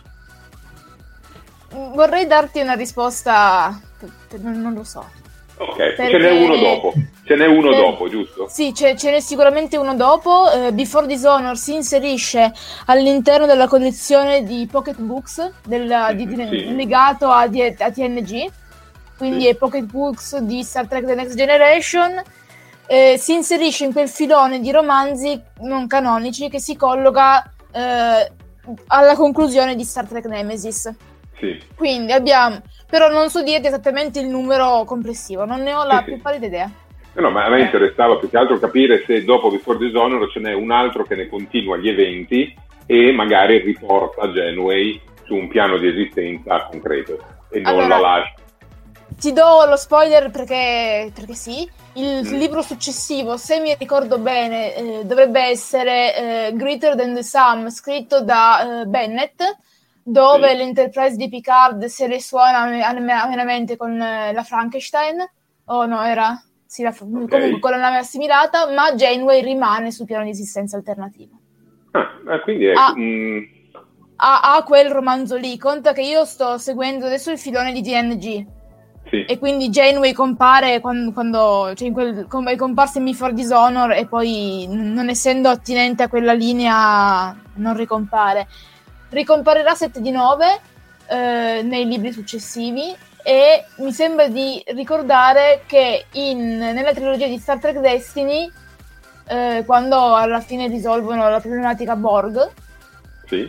Vorrei darti una risposta, non, non lo so. Ok, Perché... ce n'è uno dopo, ce n'è uno per... dopo, giusto? Sì, ce, ce n'è sicuramente uno dopo. Uh, Before Dishonor si inserisce all'interno della collezione di Pocket Books della, di, di, sì. legato a, a T N G, quindi sì. è Pocket Books di Star Trek The Next Generation. Eh, si inserisce in quel filone di romanzi non canonici che si colloca eh, alla conclusione di Star Trek Nemesis. Sì. Quindi abbiamo, però non so dirti esattamente il numero complessivo, non ne ho la sì, più sì. pallida idea. No, ma a me interessava più che altro capire se dopo Before Dishonor ce n'è un altro che ne continua gli eventi e magari riporta Janeway su un piano di esistenza concreto e non allora, la lascia. Ti do lo spoiler perché, perché sì. Il Mm. libro successivo, se mi ricordo bene, eh, dovrebbe essere eh, Greater Than the Sum, scritto da eh, Bennett, dove Sì. l'Enterprise di Picard se ne suona amenamente con eh, la Frankenstein, o oh, no, era? Sì, la, Okay. comunque con la nave assimilata, ma Janeway rimane sul piano di esistenza alternativo. Ah, quindi è... Ah. Mm, Ha, ha quel romanzo lì, conta che io sto seguendo adesso il filone di T N G. sì. E quindi Janeway compare quando, quando cioè in quel, com- è comparsa in Before Dishonor e poi, non essendo attinente a quella linea, non ricompare. Ricomparirà sette di nove eh, nei libri successivi e mi sembra di ricordare che in, nella trilogia di Star Trek Destiny, eh, quando alla fine risolvono la problematica Borg, Sì.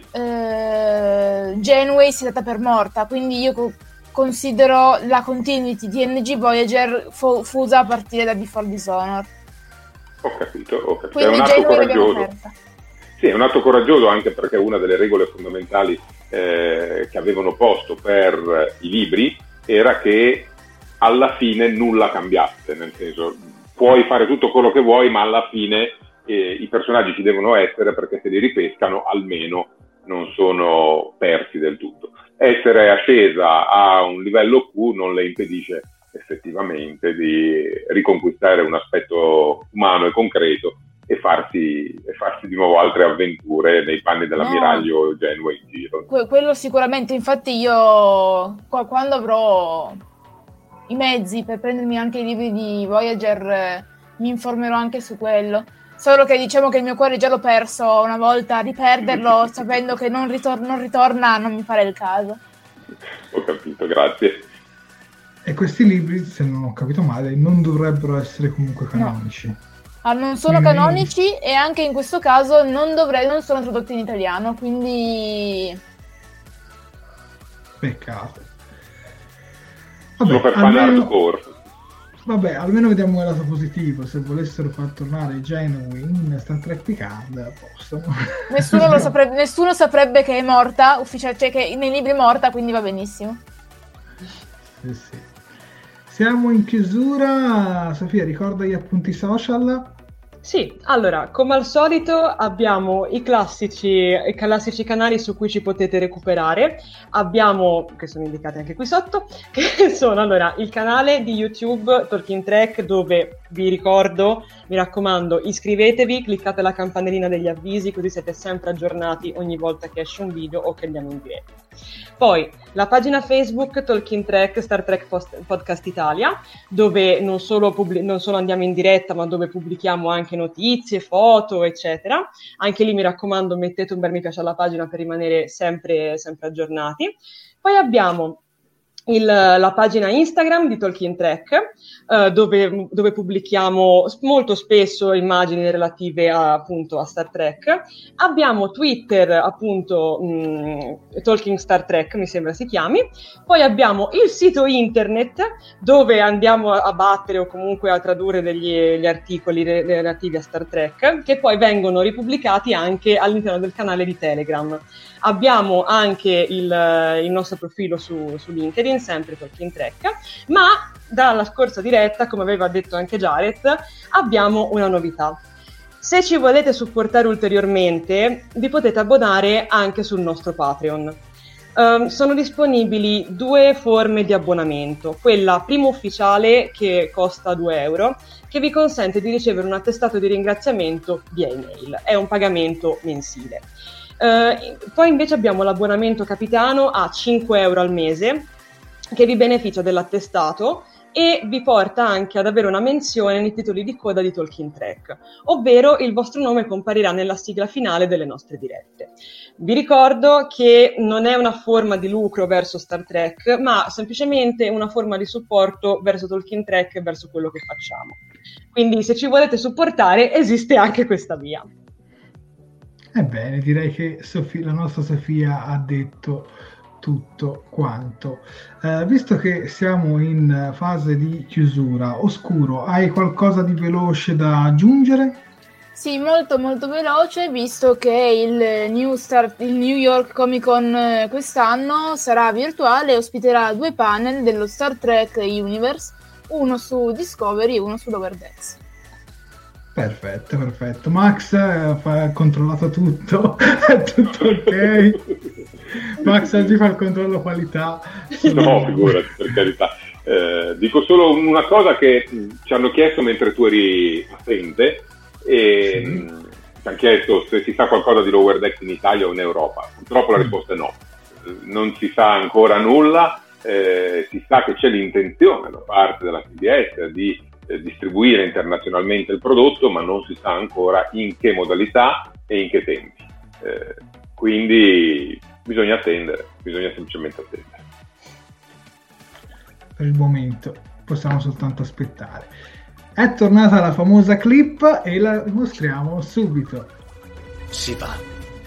eh, Janeway si è data per morta, quindi io co- considero la continuity di T N G Voyager fu- fusa a partire da Before Dishonor. Ho capito, ho capito. Quindi è un atto Janeway l'abbiamo coraggioso. persa. Sì, è un atto coraggioso anche perché una delle regole fondamentali eh, che avevano posto per i libri era che alla fine nulla cambiasse, nel senso puoi fare tutto quello che vuoi ma alla fine eh, i personaggi ci devono essere perché se li ripescano almeno non sono persi del tutto. Essere ascesa a un livello Q non le impedisce effettivamente di riconquistare un aspetto umano e concreto e farsi, e farsi di nuovo altre avventure nei panni dell'ammiraglio no. Janeway in giro. Que- quello sicuramente, infatti io qua- quando avrò i mezzi per prendermi anche i libri di Voyager eh, mi informerò anche su quello. Solo che diciamo che il mio cuore già l'ho perso una volta, riperderlo sapendo che non, ritor- non ritorna non mi pare il caso. Ho capito, grazie. E questi libri, se non ho capito male, non dovrebbero essere comunque canonici. No. Ah, non sono Quindi... canonici e anche in questo caso non, dovrei, non sono tradotti in italiano, quindi... Peccato. Vabbè, Solo per fan almeno... hardcore. Vabbè, almeno vediamo il lato positivo. Se volessero far tornare Janeway in Star Trek Picard, possono. Nessuno, lo saprebbe, nessuno saprebbe che è morta, ufficial- cioè che nei libri è morta, quindi va benissimo. Sì, sì. Siamo in chiusura. Sofia, ricorda gli appunti social? Sì, allora, come al solito abbiamo i classici, i classici canali su cui ci potete recuperare, abbiamo, che sono indicati anche qui sotto, che sono allora il canale di YouTube Talking Trek, dove vi ricordo, mi raccomando, iscrivetevi, cliccate la campanellina degli avvisi così siete sempre aggiornati ogni volta che esce un video o che andiamo in diretta. Poi la pagina Facebook Talking Trek Star Trek Post- Podcast Italia, dove non solo, pubblic- non solo andiamo in diretta ma dove pubblichiamo anche notizie, foto eccetera. Anche lì mi raccomando mettete un bel mi piace alla pagina per rimanere sempre, sempre aggiornati. Poi abbiamo il, la pagina Instagram di Talking Track, uh, dove, dove pubblichiamo molto spesso immagini relative a, appunto a Star Trek. Abbiamo Twitter, appunto, mh, Talking Star Trek, mi sembra si chiami. Poi abbiamo il sito internet, dove andiamo a battere o comunque a tradurre degli gli articoli re- relativi a Star Trek, che poi vengono ripubblicati anche all'interno del canale di Telegram. Abbiamo anche il, il nostro profilo su, su LinkedIn, sempre Talking Track, ma dalla scorsa diretta, come aveva detto anche Jared, abbiamo una novità. Se ci volete supportare ulteriormente, vi potete abbonare anche sul nostro Patreon. Um, sono disponibili due forme di abbonamento. Quella prima ufficiale, che costa due euro, che vi consente di ricevere un attestato di ringraziamento via email. È un pagamento mensile. Uh, poi invece abbiamo l'abbonamento capitano a cinque euro al mese, che vi beneficia dell'attestato e vi porta anche ad avere una menzione nei titoli di coda di Talking Track, ovvero il vostro nome comparirà nella sigla finale delle nostre dirette. Vi ricordo che non è una forma di lucro verso Star Trek, ma semplicemente una forma di supporto verso Talking Track e verso quello che facciamo. Quindi se ci volete supportare, esiste anche questa via. Ebbene, direi che Sofia, la nostra Sofia ha detto tutto quanto. Eh, visto che siamo in fase di chiusura, Oscuro, hai qualcosa di veloce da aggiungere? Sì, molto molto veloce, visto che il New, Star, il New York Comic Con quest'anno sarà virtuale e ospiterà due panel dello Star Trek Universe, uno su Discovery e uno su Lower Decks. Perfetto, perfetto. Max ha fa, controllato tutto, è tutto ok. Max oggi fa il controllo qualità. No, figurati, per carità. Eh, dico solo una cosa che ci hanno chiesto mentre tu eri assente, e sì. mh, ci hanno chiesto se si sa qualcosa di Lower Decks in Italia o in Europa. Purtroppo la risposta è no. Non si sa ancora nulla, eh, si sa che c'è l'intenzione da parte della C B S di distribuire internazionalmente il prodotto, ma non si sa ancora in che modalità e in che tempi. Eh, quindi bisogna attendere, bisogna semplicemente attendere. Per il momento possiamo soltanto aspettare. È tornata la famosa clip e la mostriamo subito. Si va.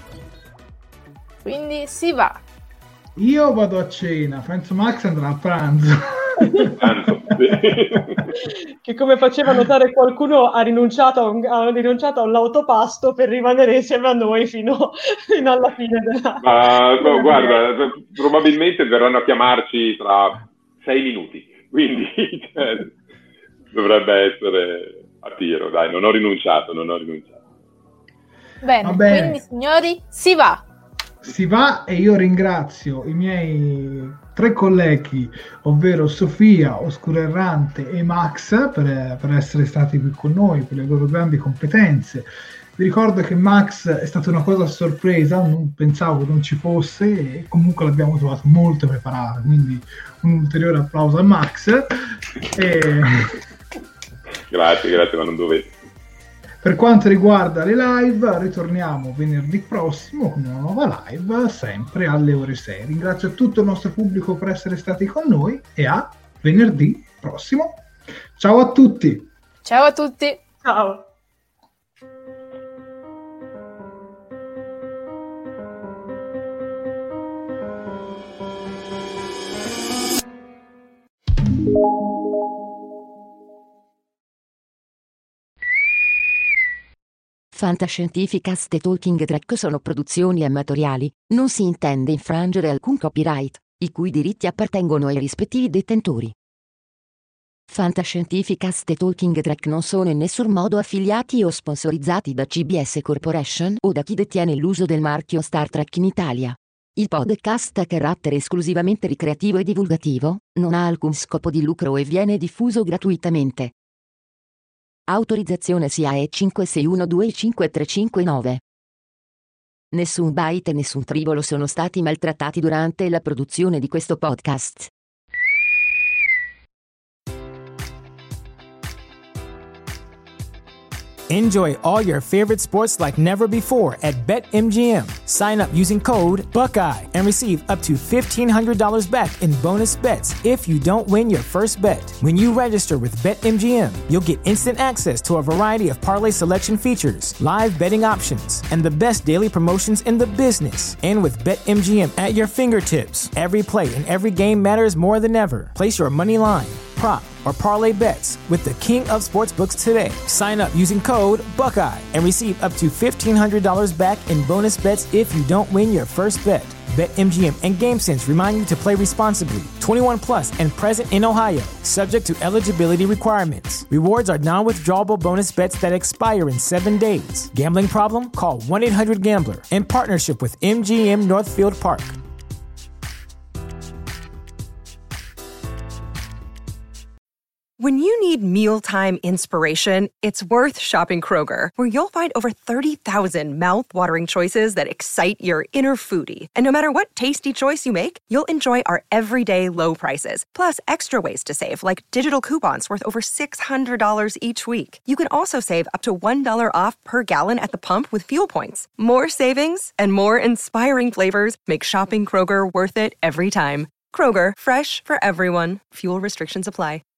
Quindi si va. Io vado a cena, penso Max andrà a pranzo. Tanto, che come faceva notare qualcuno ha rinunciato a un, ha rinunciato a un lautopasto per rimanere insieme a noi fino, fino alla fine della... Ma no, guarda, probabilmente verranno a chiamarci tra sei minuti, quindi cioè, dovrebbe essere a tiro, dai, non ho rinunciato, non ho rinunciato. Bene, quindi signori, si va! Si va, e io ringrazio i miei tre colleghi, ovvero Sofia, Oscuro Errante e Max, per, per essere stati qui con noi, per le loro grandi competenze. Vi ricordo che Max è stata una cosa a sorpresa, non pensavo che non ci fosse, e comunque l'abbiamo trovato molto preparato, quindi un ulteriore applauso a Max. E... grazie, grazie, ma non dovete. Per quanto riguarda le live, ritorniamo venerdì prossimo con una nuova live, sempre alle ore sei. Ringrazio tutto il nostro pubblico per essere stati con noi e a venerdì prossimo. Ciao a tutti! Ciao a tutti! Ciao! Fantascientificast e Talking Track sono produzioni amatoriali, non si intende infrangere alcun copyright, i cui diritti appartengono ai rispettivi detentori. Fantascientificast e Talking Track non sono in nessun modo affiliati o sponsorizzati da C B S Corporation o da chi detiene l'uso del marchio Star Trek in Italia. Il podcast ha carattere esclusivamente ricreativo e divulgativo, non ha alcun scopo di lucro e viene diffuso gratuitamente. Autorizzazione S I A E cinque sei uno due cinque tre cinque nove. Nessun byte e nessun tribolo sono stati maltrattati durante la produzione di questo podcast. Enjoy all your favorite sports like never before at BetMGM. Sign up using code Buckeye and receive up to fifteen hundred dollars back in bonus bets if you don't win your first bet. When you register with BetMGM, you'll get instant access to a variety of parlay selection features, live betting options, and the best daily promotions in the business. And with BetMGM at your fingertips, every play and every game matters more than ever. Place your money line, prop, or parlay bets with the king of sportsbooks today. Sign up using code Buckeye and receive up to fifteen hundred dollars back in bonus bets if you don't win your first bet. BetMGM and GameSense remind you to play responsibly. twenty-one plus and present in Ohio, subject to eligibility requirements. Rewards are non-withdrawable bonus bets that expire in seven days. Gambling problem? Call one eight hundred gambler in partnership with M G M Northfield Park. When you need mealtime inspiration, it's worth shopping Kroger, where you'll find over thirty thousand mouth-watering choices that excite your inner foodie. And no matter what tasty choice you make, you'll enjoy our everyday low prices, plus extra ways to save, like digital coupons worth over six hundred dollars each week. You can also save up to one dollar off per gallon at the pump with fuel points. More savings and more inspiring flavors make shopping Kroger worth it every time. Kroger, fresh for everyone. Fuel restrictions apply.